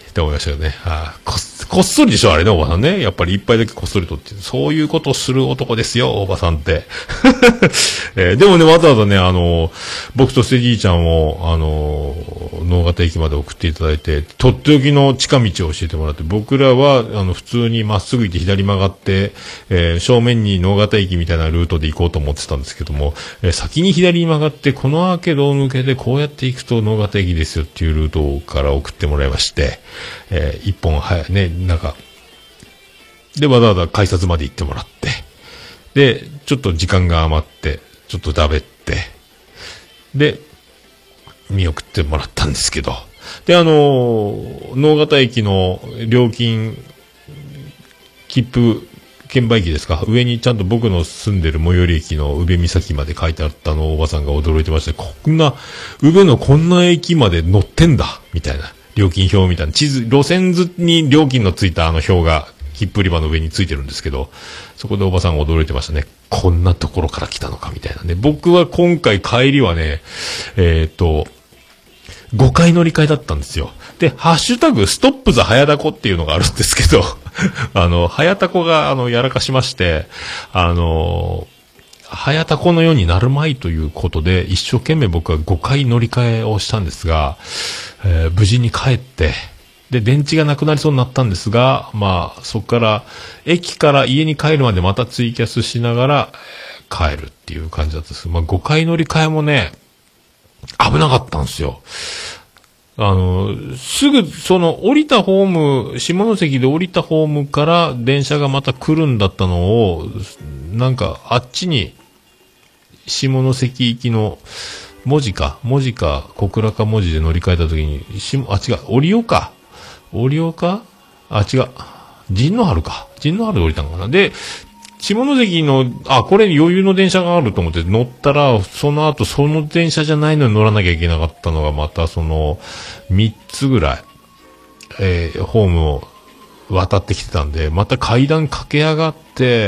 って思いましたよね。あこっ、こっそりでしょ、あれね、おばさんね。やっぱり一杯だけこっそりとって。そういうことをする男ですよ、おばさんって。えー、でもね、わざわざね、あの、僕とステジーちゃんを、あの、能形駅まで送っていただいて、とっておきの近道を教えてもらって、僕らは、あの、普通にまっすぐ行って左曲がって、えー、正面に能形駅みたいなルートで行こうと思ってたんですけども、えー、先に左に曲がって、このアーケードを抜けて、こうやって行くと能形駅ですよっていうルートから送ってもらいまして、えー、一本早いね、なんか、で、わざわざ改札まで行ってもらって、で、ちょっと時間が余って、ちょっと食べて、で、見送ってもらったんですけど、で、あのー、能形駅の料金、切符、券売機ですか、上にちゃんと僕の住んでる最寄り駅の宇部岬まで書いてあったのをおばさんが驚いてまして、こんな、宇部のこんな駅まで乗ってんだみたいな。料金表みたいな。地図、路線図に料金のついたあの表が、切符売り場の上についてるんですけど、そこでおばさんが驚いてましたね。こんなところから来たのかみたいなね。僕は今回帰りはね、えっと、ごかい乗り換えだったんですよ。で、ハッシュタグ、ストップザ早田子っていうのがあるんですけど、あの、早田子が、あの、やらかしまして、あの、早田子のようになるまいということで、一生懸命僕はごかい乗り換えをしたんですが、えー、無事に帰って、で、電池がなくなりそうになったんですが、まあ、そこから、駅から家に帰るまでまたツイキャスしながら、えー、帰るっていう感じだったんです。まあ、ごかい乗り換えもね、危なかったんですよ。あの、すぐ、その、降りたホーム、下関で降りたホームから電車がまた来るんだったのを、なんか、あっちに、下関行きの、文字か、文字か、小倉か文字で乗り換えたときに、しあ、違う、降りようか。降りようかあ、違う。陣の春か。陣の春で降りたのかな。で、下関の、あ、これ余裕の電車があると思って乗ったら、その後その電車じゃないのに乗らなきゃいけなかったのがまたその、三つぐらい、えー、ホームを渡ってきてたんで、また階段駆け上がって、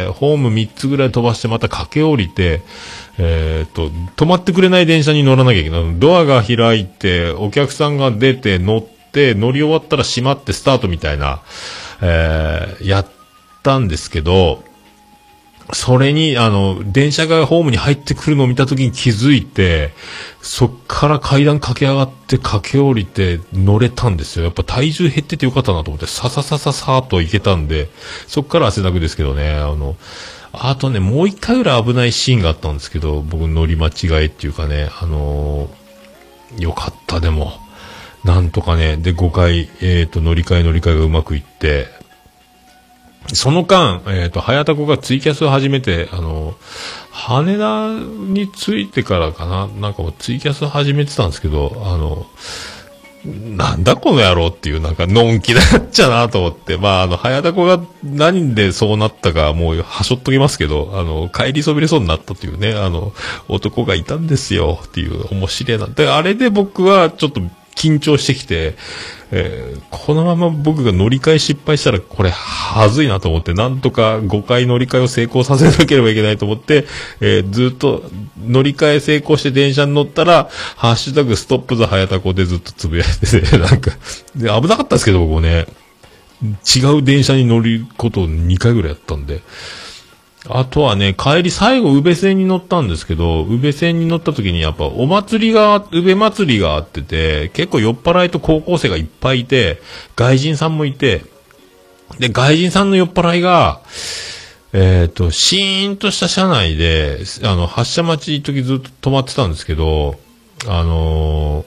ホーム三つぐらい飛ばしてまた駆け降りて、えっと、止まってくれない電車に乗らなきゃいけない。ドアが開いて、お客さんが出て乗って、乗り終わったら閉まってスタートみたいな、えー、やったんですけど、それに、あの、電車がホームに入ってくるのを見たときに気づいて、そっから階段駆け上がって駆け降りて乗れたんですよ。やっぱ体重減っててよかったなと思って、さささささーっと行けたんで、そっから汗だくですけどね、あの、あとね、もう一回ぐらい危ないシーンがあったんですけど、僕乗り間違いっていうかね、あのー、よかった、でも。なんとかね、で、ごかい、えっと、乗り換え乗り換えがうまくいって、その間、えっと、早田子がツイキャスを始めて、あの、羽田に着いてからかな、なんかもうツイキャスを始めてたんですけど、あの、なんだこの野郎っていう、なんか、のんきだっちゃなと思って、まあ、あの、早田子が何でそうなったか、もう、はしょっときますけど、あの、帰りそびれそうになったというね、あの、男がいたんですよ、っていう、面白いな。で、あれで僕は、ちょっと、緊張してきて、えー、このまま僕が乗り換え失敗したらこれはずいなと思って、なんとかごかい乗り換えを成功させなければいけないと思って、えー、ずっと乗り換え成功して電車に乗ったら、ハッシュタグストップザ早田子でずっとつぶやいてて、なんか、で危なかったですけど僕もね、違う電車に乗ることをにかいぐらいやったんで、あとはね、帰り最後、宇部線に乗ったんですけど、宇部線に乗った時にやっぱお祭りが、宇部祭りがあってて、結構酔っ払いと高校生がいっぱいいて、外人さんもいて、で、外人さんの酔っ払いが、えっと、シーンとした車内で、あの、発車待ち一時ずっと止まってたんですけど、あの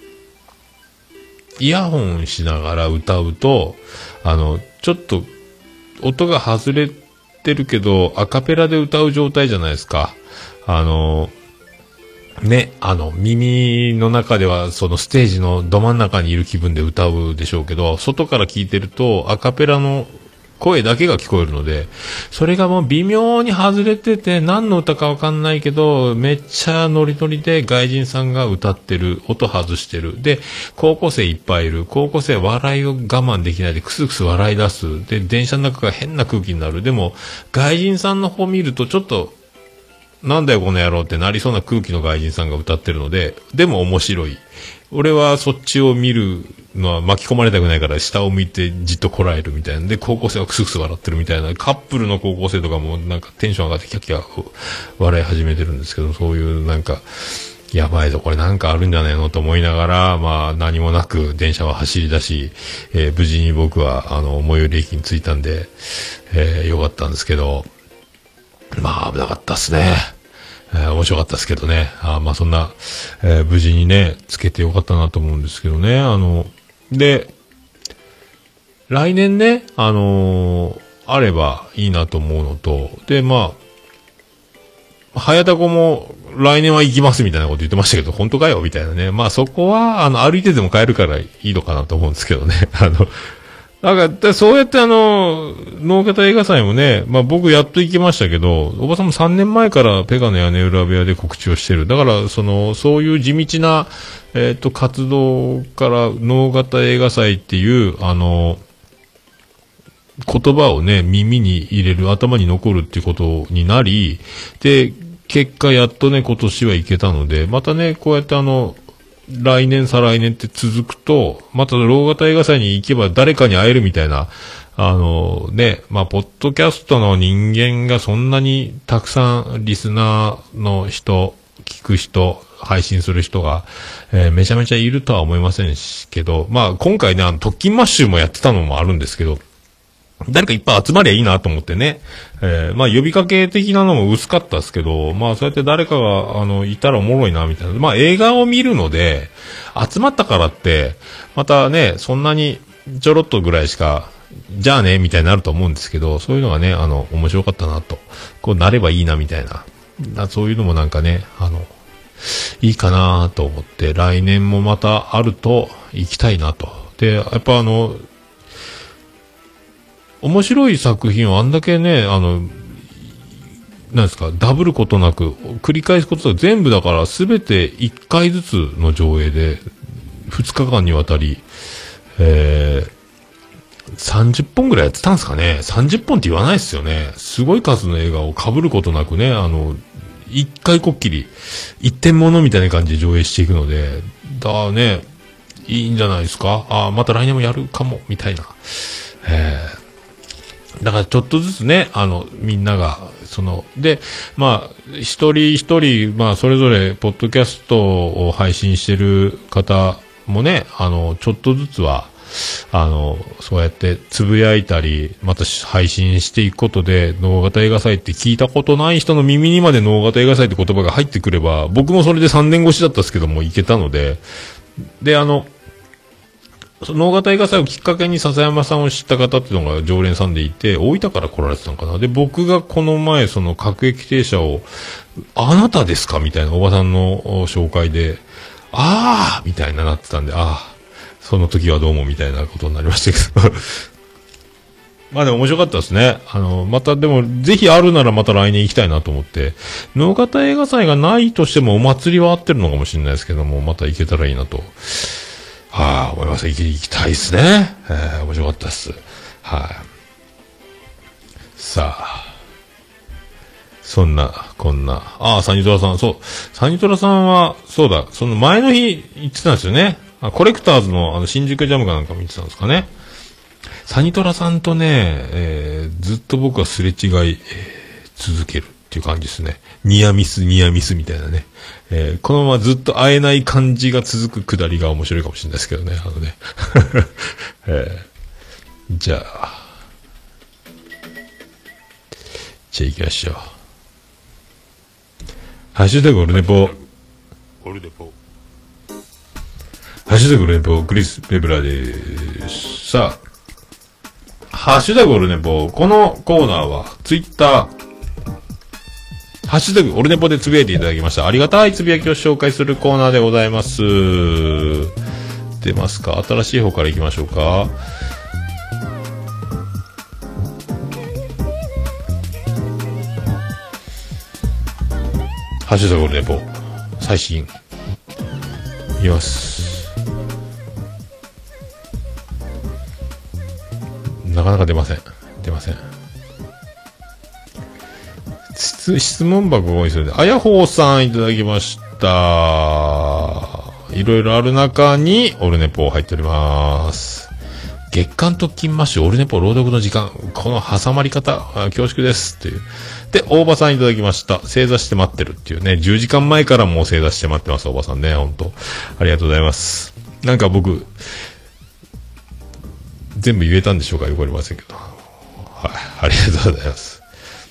ー、イヤホンしながら歌うと、あの、ちょっと、音が外れて、てるけどアカペラで歌う状態じゃないですか。あのね、あの耳の中ではそのステージのど真ん中にいる気分で歌うでしょうけど、外から聞いてるとアカペラの声だけが聞こえるので、それがもう微妙に外れてて、何の歌かわかんないけど、めっちゃノリノリで外人さんが歌ってる、音外してる。で、高校生いっぱいいる。高校生笑いを我慢できないでクスクス笑い出す。で、電車の中が変な空気になる。でも、外人さんの方見るとちょっと、なんだよこの野郎ってなりそうな空気の外人さんが歌ってるので、でも面白い俺はそっちを見るのは巻き込まれたくないから下を向いてじっとこらえるみたいな。で、高校生はクスクス笑ってるみたいな。カップルの高校生とかもなんかテンション上がってキャッキャ笑い始めてるんですけど、そういうなんか、やばいぞ、これなんかあるんじゃねえのと思いながら、まあ何もなく電車は走り出し、えー、無事に僕はあの最寄り駅に着いたんで、えー、よかったんですけど、まあ危なかったっすね。えー、面白かったですけどね。あまあそんな、えー、無事にね、つけてよかったなと思うんですけどね。あの、で、来年ね、あのー、あればいいなと思うのと、で、まあ、早田子も来年は行きますみたいなこと言ってましたけど、本当かよみたいなね。まあそこは、あの、歩いてでも買えるからいいのかなと思うんですけどね。あの、なんか、そうやってあの、能形映画祭もね、まあ僕やっと行きましたけど、おばさんもさんねんまえからペガの屋根裏部屋で告知をしてる。だから、その、そういう地道な、えっと、活動から能形映画祭っていう、あの、言葉をね、耳に入れる、頭に残るっていうことになり、で、結果やっとね、今年は行けたので、またね、こうやってあの、来年再来年って続くと、また能形映画祭に行けば誰かに会えるみたいな、あのね、まあ、ポッドキャストの人間がそんなにたくさんリスナーの人、聞く人、配信する人が、えー、めちゃめちゃいるとは思いませんしけど、まあ、今回ね、あの、特勤マッシュもやってたのもあるんですけど、誰かいっぱい集まりゃいいなと思ってね。えー、まあ呼びかけ的なのも薄かったですけど、まあそうやって誰かが、あの、いたらおもろいな、みたいな。まあ映画を見るので、集まったからって、またね、そんなにちょろっとぐらいしか、じゃあね、みたいになると思うんですけど、そういうのがね、あの、面白かったなと。こうなればいいな、みたいな。そういうのもなんかね、あの、いいかなと思って、来年もまたあると行きたいなと。で、やっぱあの、面白い作品をあんだけね、あの、なんですか、ダブることなく、繰り返すことが全部だから、すべていっかいずつの上映で、ふつかかんにわたり、えー、さんじゅっぽんぐらいやってたんですかね。さんじゅっぽんって言わないですよね。すごい数の映画を被ることなくね、あの、いっかいこっきり、一点物みたいな感じで上映していくので、だからね、いいんじゃないですか。ああ、また来年もやるかも、みたいな。えーだからちょっとずつね、あの、みんなが、その、で、まあ、一人一人、まあ、それぞれ、ポッドキャストを配信してる方もね、あの、ちょっとずつは、あの、そうやってつぶやいたり、また配信していくことで、能形映画祭って聞いたことない人の耳にまで能形映画祭って言葉が入ってくれば、僕もそれでさんねん越しだったんですけども、いけたので、で、あの、能形映画祭をきっかけに笹山さんを知った方っていうのが常連さんでいて、大分から来られてたのかな。で、僕がこの前、その各駅停車を、あなたですかみたいなおばさんの紹介で、あーみたいななってたんで、ああ、その時はどうもみたいなことになりましたけど。まあでも面白かったですね。あの、またでも、ぜひあるならまた来年行きたいなと思って、能形映画祭がないとしてもお祭りは合ってるのかもしれないですけども、また行けたらいいなと。はあ、思います。行き、行きたいですね。えー、面白かったです。はい、さあ、そんな、こんな。ああ、サニトラさん、そう。サニトラさんは、そうだ、その前の日行ってたんですよね。あコレクターズの、あの、新宿ジャムかなんか見てたんですかね。サニトラさんとね、えー、ずっと僕はすれ違い、えー、続けるっていう感じですね。ニアミス、ニアミスみたいなね。えー、このままずっと会えない感じが続くくだりが面白いかもしれないですけどね。あのね。えー、じゃあ。じゃあ行きましょう。ハッシュタグオルネポ。オルネポ。ハッシュタグオルネポ、クリス・ペブラです。さあ。ハッシュタグオルネポ。このコーナーは、ツイッター、ハッシュタグ、オルネポでつぶやいていただきました。ありがたいつぶやきを紹介するコーナーでございます。出ますか？新しい方から行きましょうか。ハッシュタグオルネポ。最新。いきます。なかなか出ません。出ません。質問箱が多いですよね。あやほうさんいただきました。いいろいろある中に、オルネポ入っております。月刊特勤マッシュ、オルネポ朗読の時間、この挟まり方、恐縮です。っていう。で、大場さんいただきました。正座して待ってるっていうね、じゅうじかんまえからもう正座して待ってます、大場さんね、ほんと。ありがとうございます。なんか僕、全部言えたんでしょうか、よくわかりませんけど。はい、ありがとうございます。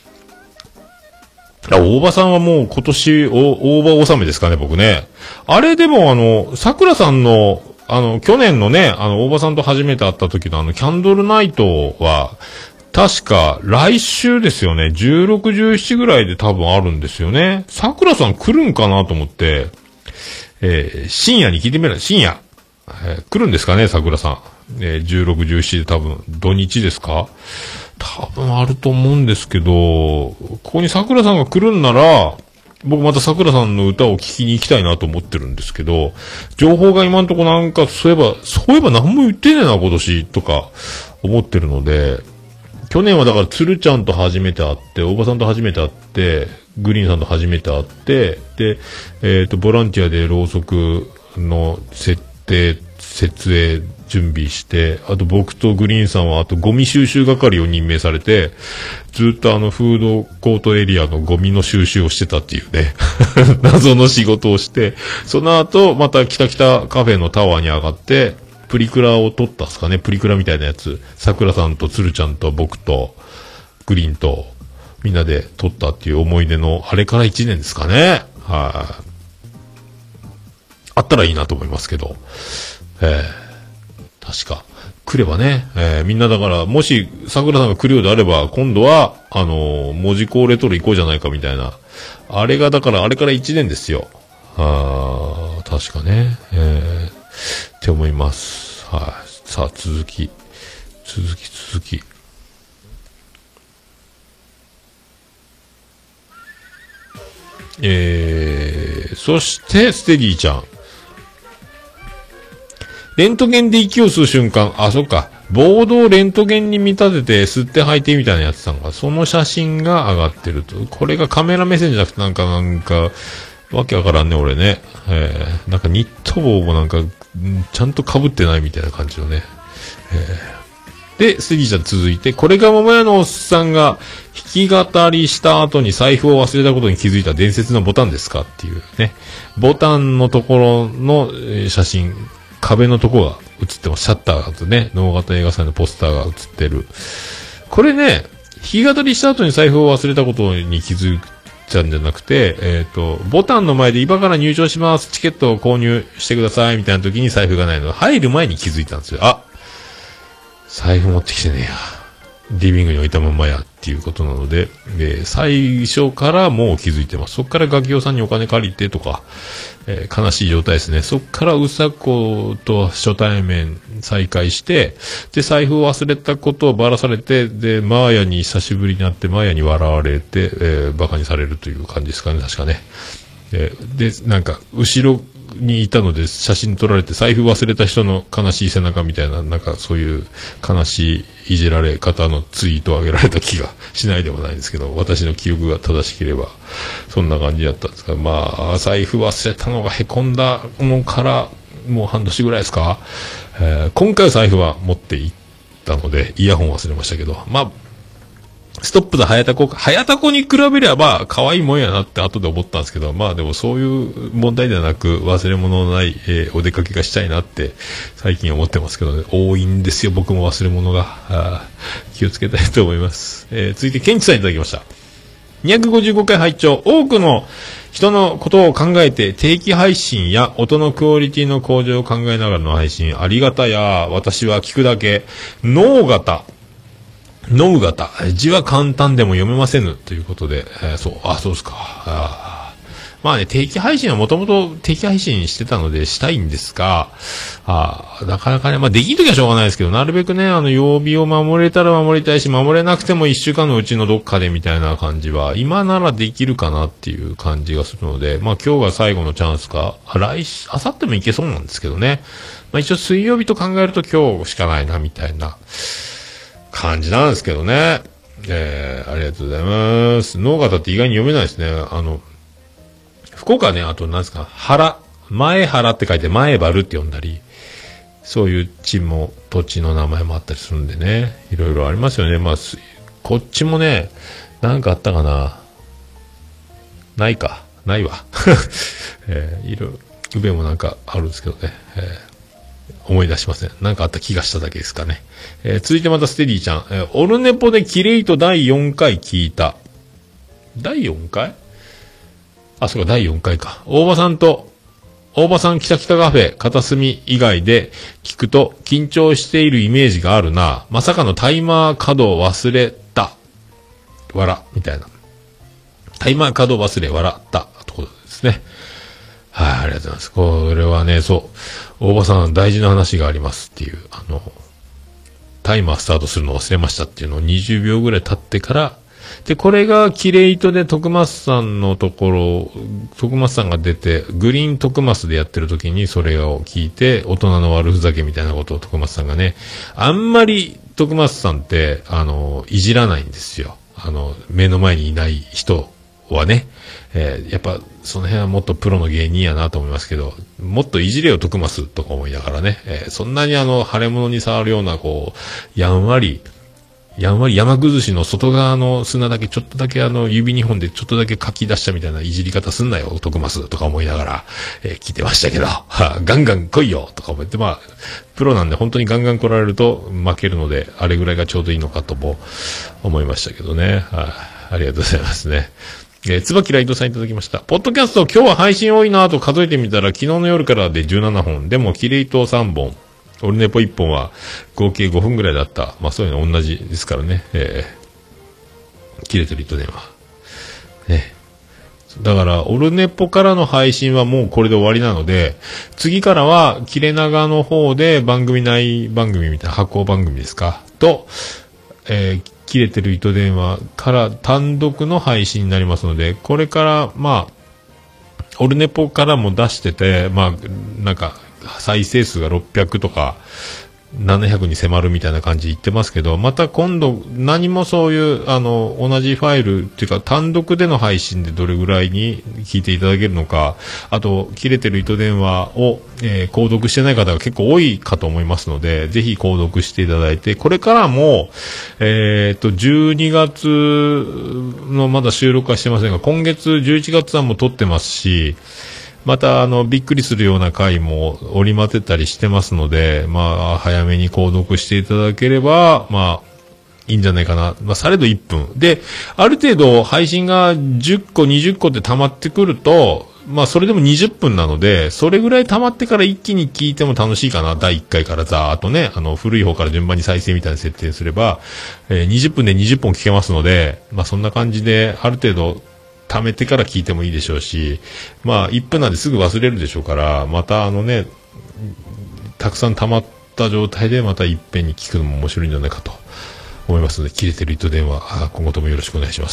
大場さんはもう今年、大場納めですかね、僕ね。あれでもあの、桜さんの、あの、去年のね、あの、大場さんと初めて会った時のあの、キャンドルナイトは、確か来週ですよね。じゅうろく、じゅうしちぐらいで多分あるんですよね。桜さん来るんかなと思って、えー、深夜に聞いてみる。深夜、えー、来るんですかね、桜さん。えー、じゅうろく、じゅうしちで多分、土日ですか？多分あると思うんですけど、ここに桜さんが来るんなら、僕また桜さんの歌を聴きに行きたいなと思ってるんですけど、情報が今んとこなんか、そういえば、そういえば何も言ってねえな、今年、とか、思ってるので、去年はだから、鶴ちゃんと初めて会って、大場さんと初めて会って、グリーンさんと初めて会って、で、えっと、ボランティアでろうそくの設定、設営、準備して、あと僕とグリーンさんはあとゴミ収集係を任命されて、ずっとあのフードコートエリアのゴミの収集をしてたっていうね、謎の仕事をして、その後またキタキタカフェのタワーに上がって、プリクラを撮ったっすかね、プリクラみたいなやつ、桜さんと鶴ちゃんと僕とグリーンとみんなで撮ったっていう思い出の、あれからいちねんですかね。はい、あったらいいなと思いますけど、えー確か。来ればね、えー、みんなだから、もし、桜さんが来るようであれば、今度は、あのー、文字工レトロ行こうじゃないかみたいな。あれが、だから、あれからいちねんですよ。あー、確かね。えー、って思います。はい。さあ、続き。続き、続き。えー、そして、ステディちゃん。レントゲンで息を吸う瞬間、あ、そっか、ボードをレントゲンに見立てて吸って吐いてみたいなやつさんが、その写真が上がってると。これがカメラ目線じゃなくてなんかなんか、わけわからんね、俺ね。えー、なんかニット帽もなんか、ちゃんと被ってないみたいな感じのね。えー、で、スギちゃん続いて、これが桃屋のおっさんが弾き語りした後に財布を忘れたことに気づいた伝説のボタンですかっていうね。ボタンのところの写真、壁のとこが映ってます。シャッターがとね、能型映画祭のポスターが映ってる。これね、弾き語りした後に財布を忘れたことに気づいちゃうんじゃなくて、えっと、ボタンの前で今から入場します。チケットを購入してください。みたいな時に財布がないの。入る前に気づいたんですよ。あ、財布持ってきてねえや。リビングに置いたままやっていうことなので、えー、最初からもう気づいてます。そっからガキオさんにお金借りてとか、えー、悲しい状態ですね。そっからうさこと初対面再会して、で、財布を忘れたことをばらされて、で、マーヤに久しぶりに会って、マーヤに笑われて、えー、バカにされるという感じですかね、確かね。えー、で、なんか、後ろにいたので写真撮られて財布忘れた人の悲しい背中みたいな、なんかそういう悲しいいじられ方のツイートを上げられた気がしないでもないんですけど、私の記憶が正しければそんな感じだったんですが、まあ財布忘れたのが凹んだのからもう半年ぐらいですか、えー、今回は財布は持っていったのでイヤホン忘れましたけど、まあストップで早田子、早田子に比べれば可愛いもんやなって後で思ったんですけど、まあでもそういう問題ではなく忘れ物のない、えー、お出かけがしたいなって最近思ってますけどね。多いんですよ、僕も忘れ物が。あ気をつけたいと思います。えー、続いてケンチさんいただきました。にひゃくごじゅうごかい拝聴。多くの人のことを考えて定期配信や音のクオリティの向上を考えながらの配信ありがたや。私は聞くだけ脳型脳型字は簡単でも読めませぬということで、えー、そうあそうですか。あまあね、定期配信はもともと定期配信してたのでしたいんですが、あなかなかね、まあできるときはしょうがないですけど、なるべくね、あの曜日を守れたら守りたいし、守れなくても一週間のうちのどっかでみたいな感じは、今ならできるかなっていう感じがするので、まあ今日が最後のチャンスか、来週、あさってもいけそうなんですけどね。まあ一応水曜日と考えると今日しかないなみたいな感じなんですけどね。えー、ありがとうございます。脳型って意外に読めないですね。あの、福岡ね、あと何ですか、原、 前原って書いて前原って呼んだり、そういう地も土地の名前もあったりするんでね、いろいろありますよね。まあ、こっちもね、なんかあったかな。ないか。ないわ。えー、いろいろ、宇部もなんかあるんですけどね。えー、思い出しません。なんかあった気がしただけですかね。えー、続いてまたステディちゃん。えー、オルネポでキレイとだいよんかい聞いた。だいよんかい？あ、そうか、だいよんかいか。大場さんと、大場さんキタキタカフェ片隅以外で聞くと緊張しているイメージがあるな。まさかのタイマー稼働忘れた。笑。みたいな。タイマー稼働忘れ笑った。ということですね。はい、ありがとうございます。これはね、そう。大場さん大事な話がありますっていう、あの、タイマースタートするの忘れましたっていうのをにじゅうびょうぐらい経ってから、で、これがキレイトで徳松さんのところ、徳松さんが出て、グリーン徳松でやってる時にそれを聞いて、大人の悪ふざけみたいなことを徳松さんがね、あんまり徳松さんって、あの、いじらないんですよ。あの、目の前にいない人はね、えー、やっぱその辺はもっとプロの芸人やなと思いますけど、もっといじれよ徳松とか思いながらね、えー、そんなにあの、腫れ物に触るような、こう、やんわり、やんわり山崩しの外側の砂だけちょっとだけあの指にほんでちょっとだけ書き出したみたいないじり方すんなよ、徳松とか思いながら、えー、聞いてましたけど、はあ、ガンガン来いよとか思って、まあ、プロなんで本当にガンガン来られると負けるので、あれぐらいがちょうどいいのかとも思いましたけどね。はあ、ありがとうございますね。えー、椿ライトさんいただきました。ポッドキャスト今日は配信多いなと数えてみたら昨日の夜からでじゅうななほん。でもキレイトさんぼん。オルネポいっぽんは合計ごふんぐらいだった。まあそういうの同じですからね。えー、切れてる糸電話。ね。だから、オルネポからの配信はもうこれで終わりなので、次からは、切れ長の方で番組内番組みたいな発行番組ですかと、えー、切れてる糸電話から単独の配信になりますので、これから、まあ、オルネポからも出してて、まあ、なんか、再生数がろっぴゃくとかななひゃくに迫るみたいな感じで言ってますけど、また今度何もそういうあの同じファイルっていうか単独での配信でどれぐらいに聞いていただけるのか、あと切れてる糸電話を、えー、購読してない方が結構多いかと思いますので、ぜひ購読していただいて、これからもえー、っとじゅうにがつのまだ収録はしてませんが、今月じゅういちがつはもう撮ってますし、また、あの、びっくりするような回も織り交ぜたりしてますので、まあ、早めに購読していただければ、まあ、いいんじゃないかな。まあ、されどいっぷん。で、ある程度配信がじゅっこ、にじゅっこって溜まってくると、まあ、それでもにじゅっぷんなので、それぐらい溜まってから一気に聞いても楽しいかな。だいいっかいからざーっとね、あの、古い方から順番に再生みたいな設定すれば、えー、にじゅっぷんでにじゅっぽん聞けますので、まあ、そんな感じで、ある程度、貯めてから聞いてもいいでしょうし、まあいっぷんなんですぐ忘れるでしょうから、またあのね、たくさん溜まった状態でまたいっぺんに聞くのも面白いんじゃないかと思いますので、切れてる糸電話、今後ともよろしくお願いします。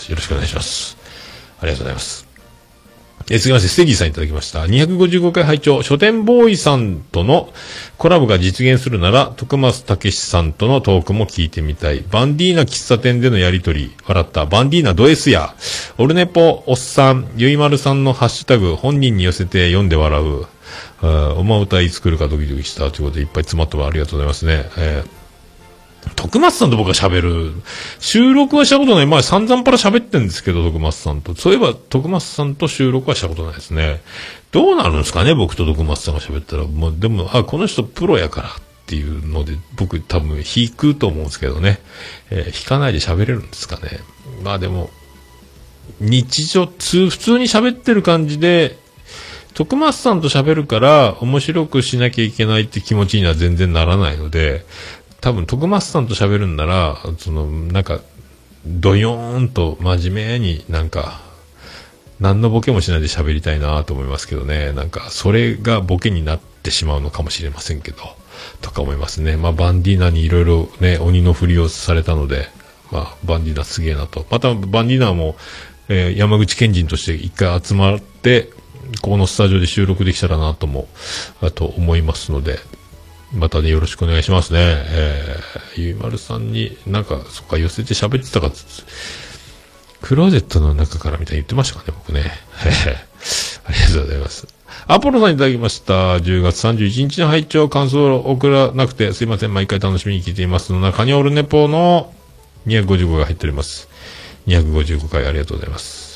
よろしくお願いします。ありがとうございます。え、続きまして、ステディさんいただきました。にひゃくごじゅうごかい拝聴、書店ボーイさんとのコラボが実現するなら、徳松武史さんとのトークも聞いてみたい。バンディーナ喫茶店でのやりとり、笑った。バンディーナド S や、オルネポ、おっさん、ゆいまるさんのハッシュタグ、本人に寄せて読んで笑う。あおま歌い作るかドキドキしたということで、いっぱい詰まったわ。ありがとうございますね。えー徳松さんと僕が喋る。収録はしたことない。まあ散々パラ喋ってんですけど、徳松さんと。そういえば、徳松さんと収録はしたことないですね。どうなるんですかね、僕と徳松さんが喋ったら。もう、でも、あ、この人プロやからっていうので、僕多分弾くと思うんですけどね。えー、弾かないで喋れるんですかね。まあでも、日常、普通に喋ってる感じで、徳松さんと喋るから面白くしなきゃいけないって気持ちには全然ならないので、多分、徳松さんと喋るんなら、その、なんか、ドヨーンと真面目になんか、何のボケもしないで喋りたいなと思いますけどね。なんか、それがボケになってしまうのかもしれませんけど、とか思いますね。まあ、バンディーナにいろいろね、鬼のふりをされたので、まあ、バンディーナすげえなと。また、バンディーナも、えー、山口県人として一回集まって、このスタジオで収録できたらなとも、あと思いますので、またね、よろしくお願いしますね。えー、ゆいまるさんになんか、そっか、寄せて喋ってたかつつ、クローゼットの中からみたいに言ってましたかね、僕ね。ありがとうございます。 アポロさんいただきました。じゅうがつさんじゅういちにちの拝聴感想を送らなくてすいません。毎回楽しみに聞いています。の中にオルネポのにひゃくごじゅうごが入っております。にひゃくごじゅうごかいありがとうございます。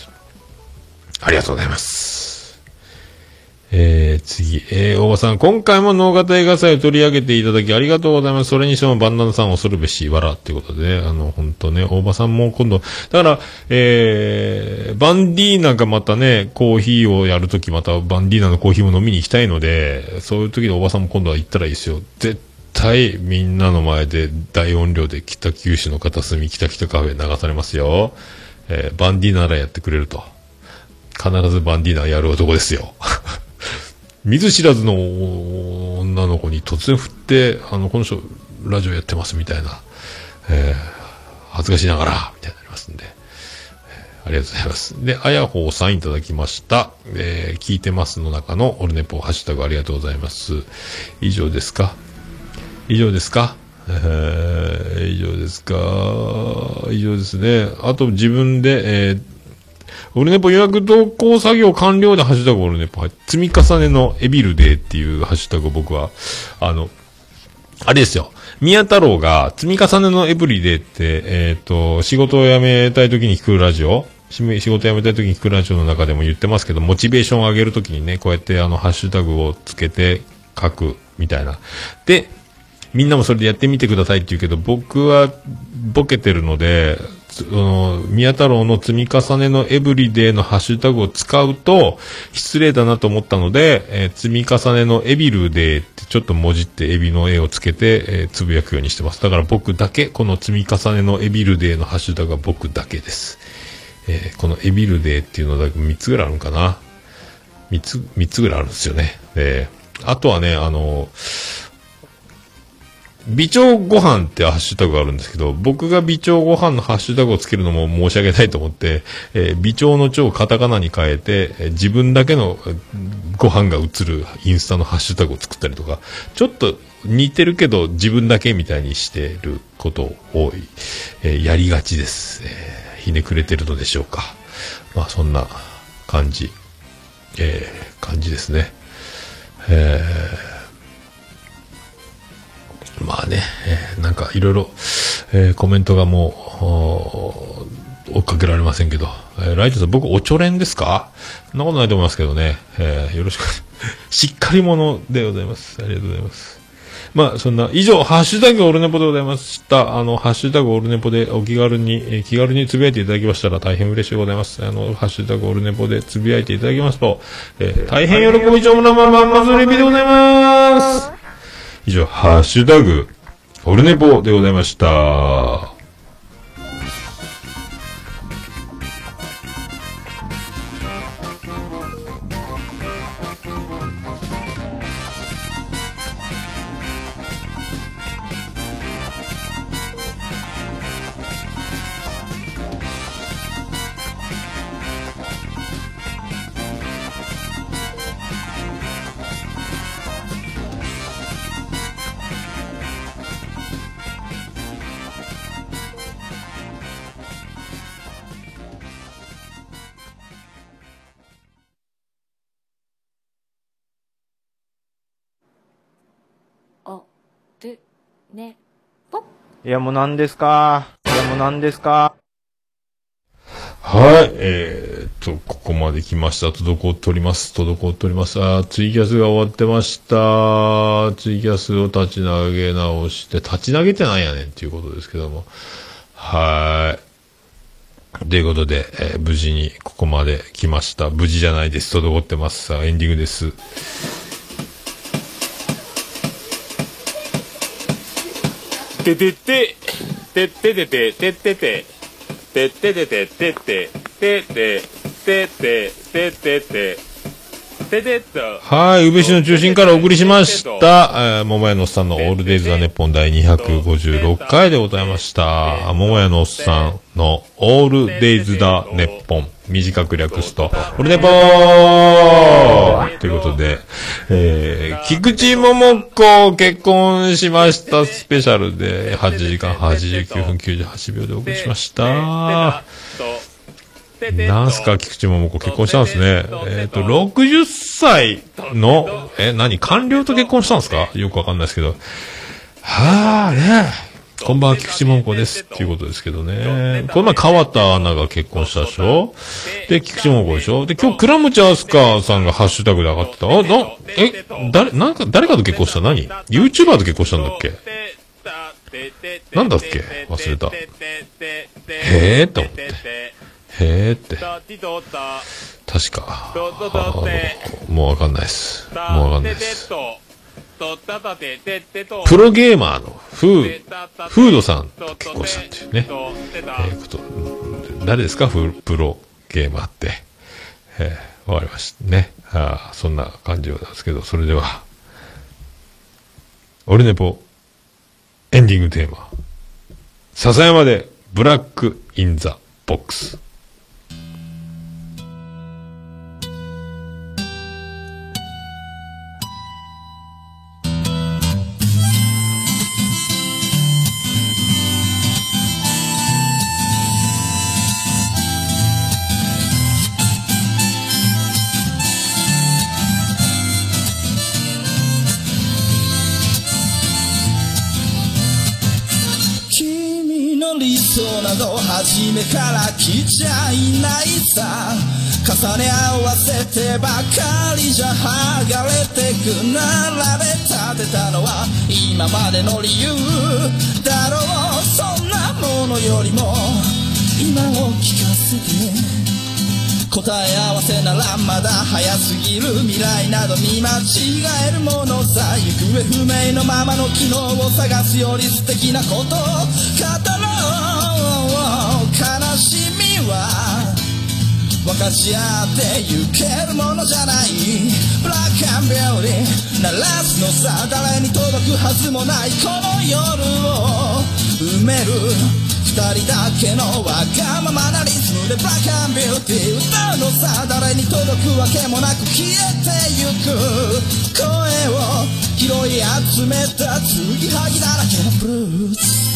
ありがとうございます。えー、次、えー、大場さん、今回も脳型映画祭を取り上げていただきありがとうございます。それにしてもバンダナさん恐るべし、わらっていうことで、ね、あの、本当ね、大場さんも今度、だから、えー、バンディーナがまたね、コーヒーをやるとき、またバンディーナのコーヒーも飲みに行きたいので、そういう時で大場さんも今度は行ったらいいですよ。絶対、みんなの前で大音量で北九州の片隅、北北カフェ流されますよ。えー、バンディーナならやってくれると。必ずバンディーナやる男ですよ。見ず知らずの女の子に突然振って、あの、この人、ラジオやってますみたいな、えー、恥ずかしながら、みたいになりますんで、えー、ありがとうございます。で、あやほうさんいただきました。えー、聞いてますの中のオルネポハッシュタグありがとうございます。以上ですか以上ですかえー、以上ですか以上ですね。あと自分で、えーオルネポ予約投稿作業完了でハッシュタグオルネポ入って、積み重ねのエビルデーっていうハッシュタグを僕は、あの、あれですよ。宮太郎が積み重ねのエブリデーって、えっと、仕事を辞めたい時に聞くラジオ、仕事辞めたい時に聞くラジオの中でも言ってますけど、モチベーションを上げる時にね、こうやってあの、ハッシュタグをつけて書くみたいな。で、みんなもそれでやってみてくださいって言うけど、僕はボケてるので、その宮太郎の積み重ねのエブリデーのハッシュタグを使うと失礼だなと思ったので、えー、積み重ねのエビルデーってちょっと文字ってエビの絵をつけて、えー、つぶやくようにしてます。だから僕だけ、この積み重ねのエビルデーのハッシュタグは僕だけです。えー、このエビルデーっていうのだけみっつぐらいあるのかな。みっつ、みっつぐらいあるんですよね。えー、あとはね、あのー、美鳥ご飯ってハッシュタグがあるんですけど、僕が美鳥ご飯のハッシュタグをつけるのも申し訳ないと思って、えー、美鳥の鳥をカタカナに変えて、えー、自分だけのご飯が映るインスタのハッシュタグを作ったりとか、ちょっと似てるけど自分だけみたいにしてること多い、えー、やりがちです、えー。ひねくれてるのでしょうか。まあそんな感じ、えー、感じですね。えーまあね、えー、なんかいろいろ、えー、コメントがもう追っかけられませんけど、えー、ライトさん僕おちょれんですか？そんなことないと思いますけどね、えー、よろしくしっかり者でございます。ありがとうございます。まあそんな以上ハッシュタグオルネポでございました。あのハッシュタグオルネポでお気軽に、えー、気軽につぶやいていただきましたら大変嬉しいございます。あのハッシュタグオルネポでつぶやいていただきますと、えー、大変喜びちょうもなままんまずレビでございます。以上、ハッシュタグ、オルネポでございました。 ねぽいやもう何ですかいやもう何ですかはい、えー、っと、ここまで来ました。滞っております。滞っております。あー、ツイキャスが終わってました。ツイキャスを立ち上げ直して、立ち上げてないやねんっていうことですけども。はい。ということで、えー、無事にここまで来ました。無事じゃないです。滞ってます。さあ、エンディングです。ててて、てててて、ててて、てててて、ててて、ててて、てててて、ててと。はい、宇部市の中心からお送りしました。えー、桃屋のおっさんのオールデイズ・ザ・ネッポン第にひゃくごじゅうろっかいでございました。桃屋のおっさんのオールデイズ・ザ・ネッポン。短く略すと、オルネポーということで、えー、菊池桃子結婚しましたスペシャルではちじかんはちじゅうきゅうふんきゅうじゅうはちびょうでお送りしました。 なんすか、菊池桃子結婚したんですね。えっと、ろくじゅっさいの、え、何、官僚と結婚したんですか？よくわかんないですけど。はぁ、ね。こんばんは、菊池桃子です。っていうことですけどね。この前、川田アナが結婚したでしょ？で、菊池桃子でしょ？で、今日、倉持明日香さんがハッシュタグで上がってた。あ、な、え、誰、なんか、誰かと結婚した何？ YouTuber と結婚したんだっけ？なんだっけ？忘れた。へーって思って。へーって。確か。もうわかんないです。もうわかんないです。プロゲーマーのフー、フードさんと結婚したっていうね。えー、こと、誰ですか？フプロゲーマーって。えー、わかりましたね。あ、そんな感じなんですけど、それでは、オルネポ、エンディングテーマ。笹山でブラックインザボックス。 など初めから来ちゃいないさ、重ね合わせてばかりじゃ剥がれてく、並べ立てたのは今までの理由だろう。そんなものよりも今を聞かせて、答え合わせならまだ早すぎる、未来など見間違えるものさ、行方不明のままの昨日を探すより素敵なことを語ろう。悲しみは分かち合ってゆけるものじゃない。ブラックアンビューティー鳴らすのさ、誰に届くはずもないこの夜を埋める二人だけのわがままなリズムでブラックアンビューティー歌うのさ、誰に届くわけもなく消えてゆく声を拾い集めた継ぎはぎだらけのブルース。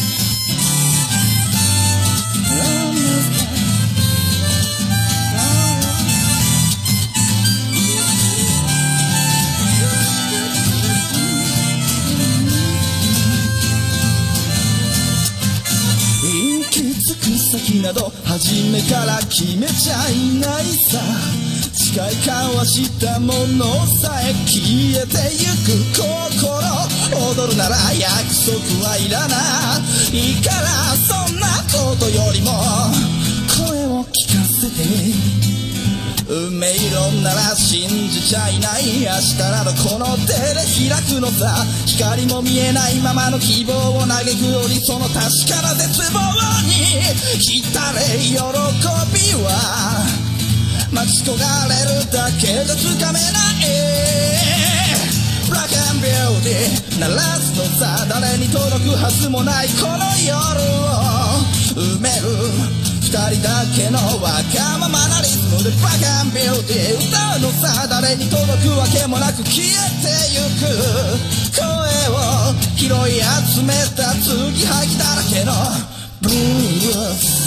先など初めから決めちゃいないさ、誓い交わしたものさえ消えてゆく心、踊るなら約束はいらないから、そんなことよりも声を聞かせて、運命論なら信じちゃいない、明日などこの手で開くのさ、光も見えないままの希望を嘆くより、その確かな絶望に浸れ喜びは待ち焦がれるだけじゃつかめない。ブラックアンビューティー鳴らすのさ、誰に届くはずもないこの夜を埋める二人だけのわがままなリズムでブラックアンビューティー歌うのさ、誰に届くわけもなく消えてゆく声を拾い集めた継ぎはぎだらけのブルース。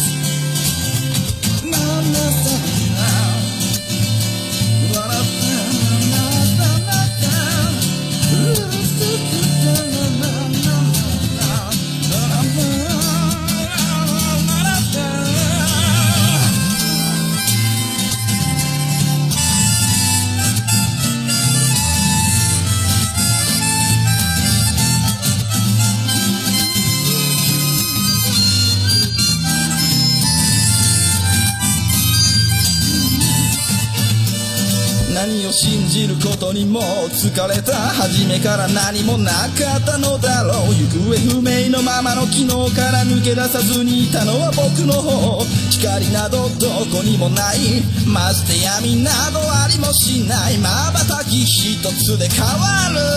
何を信じることにも疲れた、初めから何もなかったのだろう。行方不明のままの昨日から抜け出さずにいたのは僕の方、光などどこにもない、まして闇などありもしない、瞬き一つで変わる。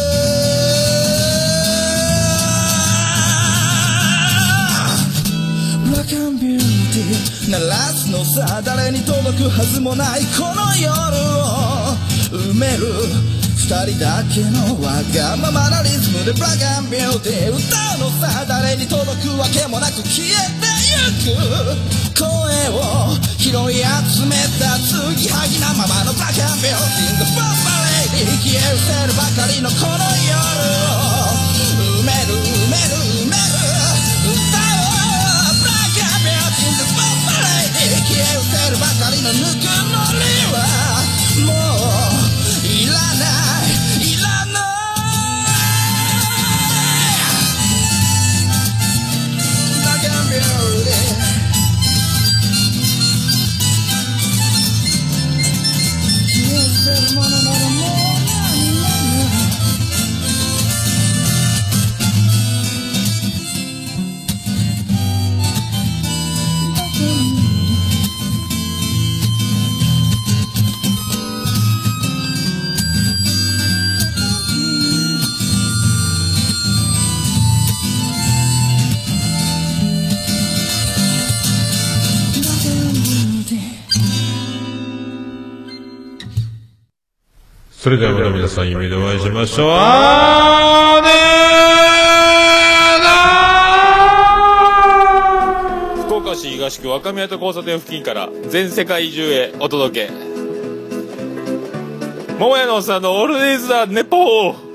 ブラックアンビューティー鳴らすのさ、誰に届くはずもないこの夜を埋める二人だけのわがままなリズムでブラガンビューティー歌うのさ誰に届くわけもなく消えてゆく声を拾い集めた継ぎはぎなままのブラガンビューティー The Bomb Lady 消え失せるばかりのこの夜を埋める埋める埋める歌をブラガンビューティー The Bomb Lady 消え失せるばかりのぬくもりはもういらないいらないブラガンビューティーそれではまた皆さん夢でお会いしましょう。あーねーなー。福岡市東区若宮と交差点付近から全世界中へお届け。桃屋のおっさんのオールディーズ・ザ・ネポー。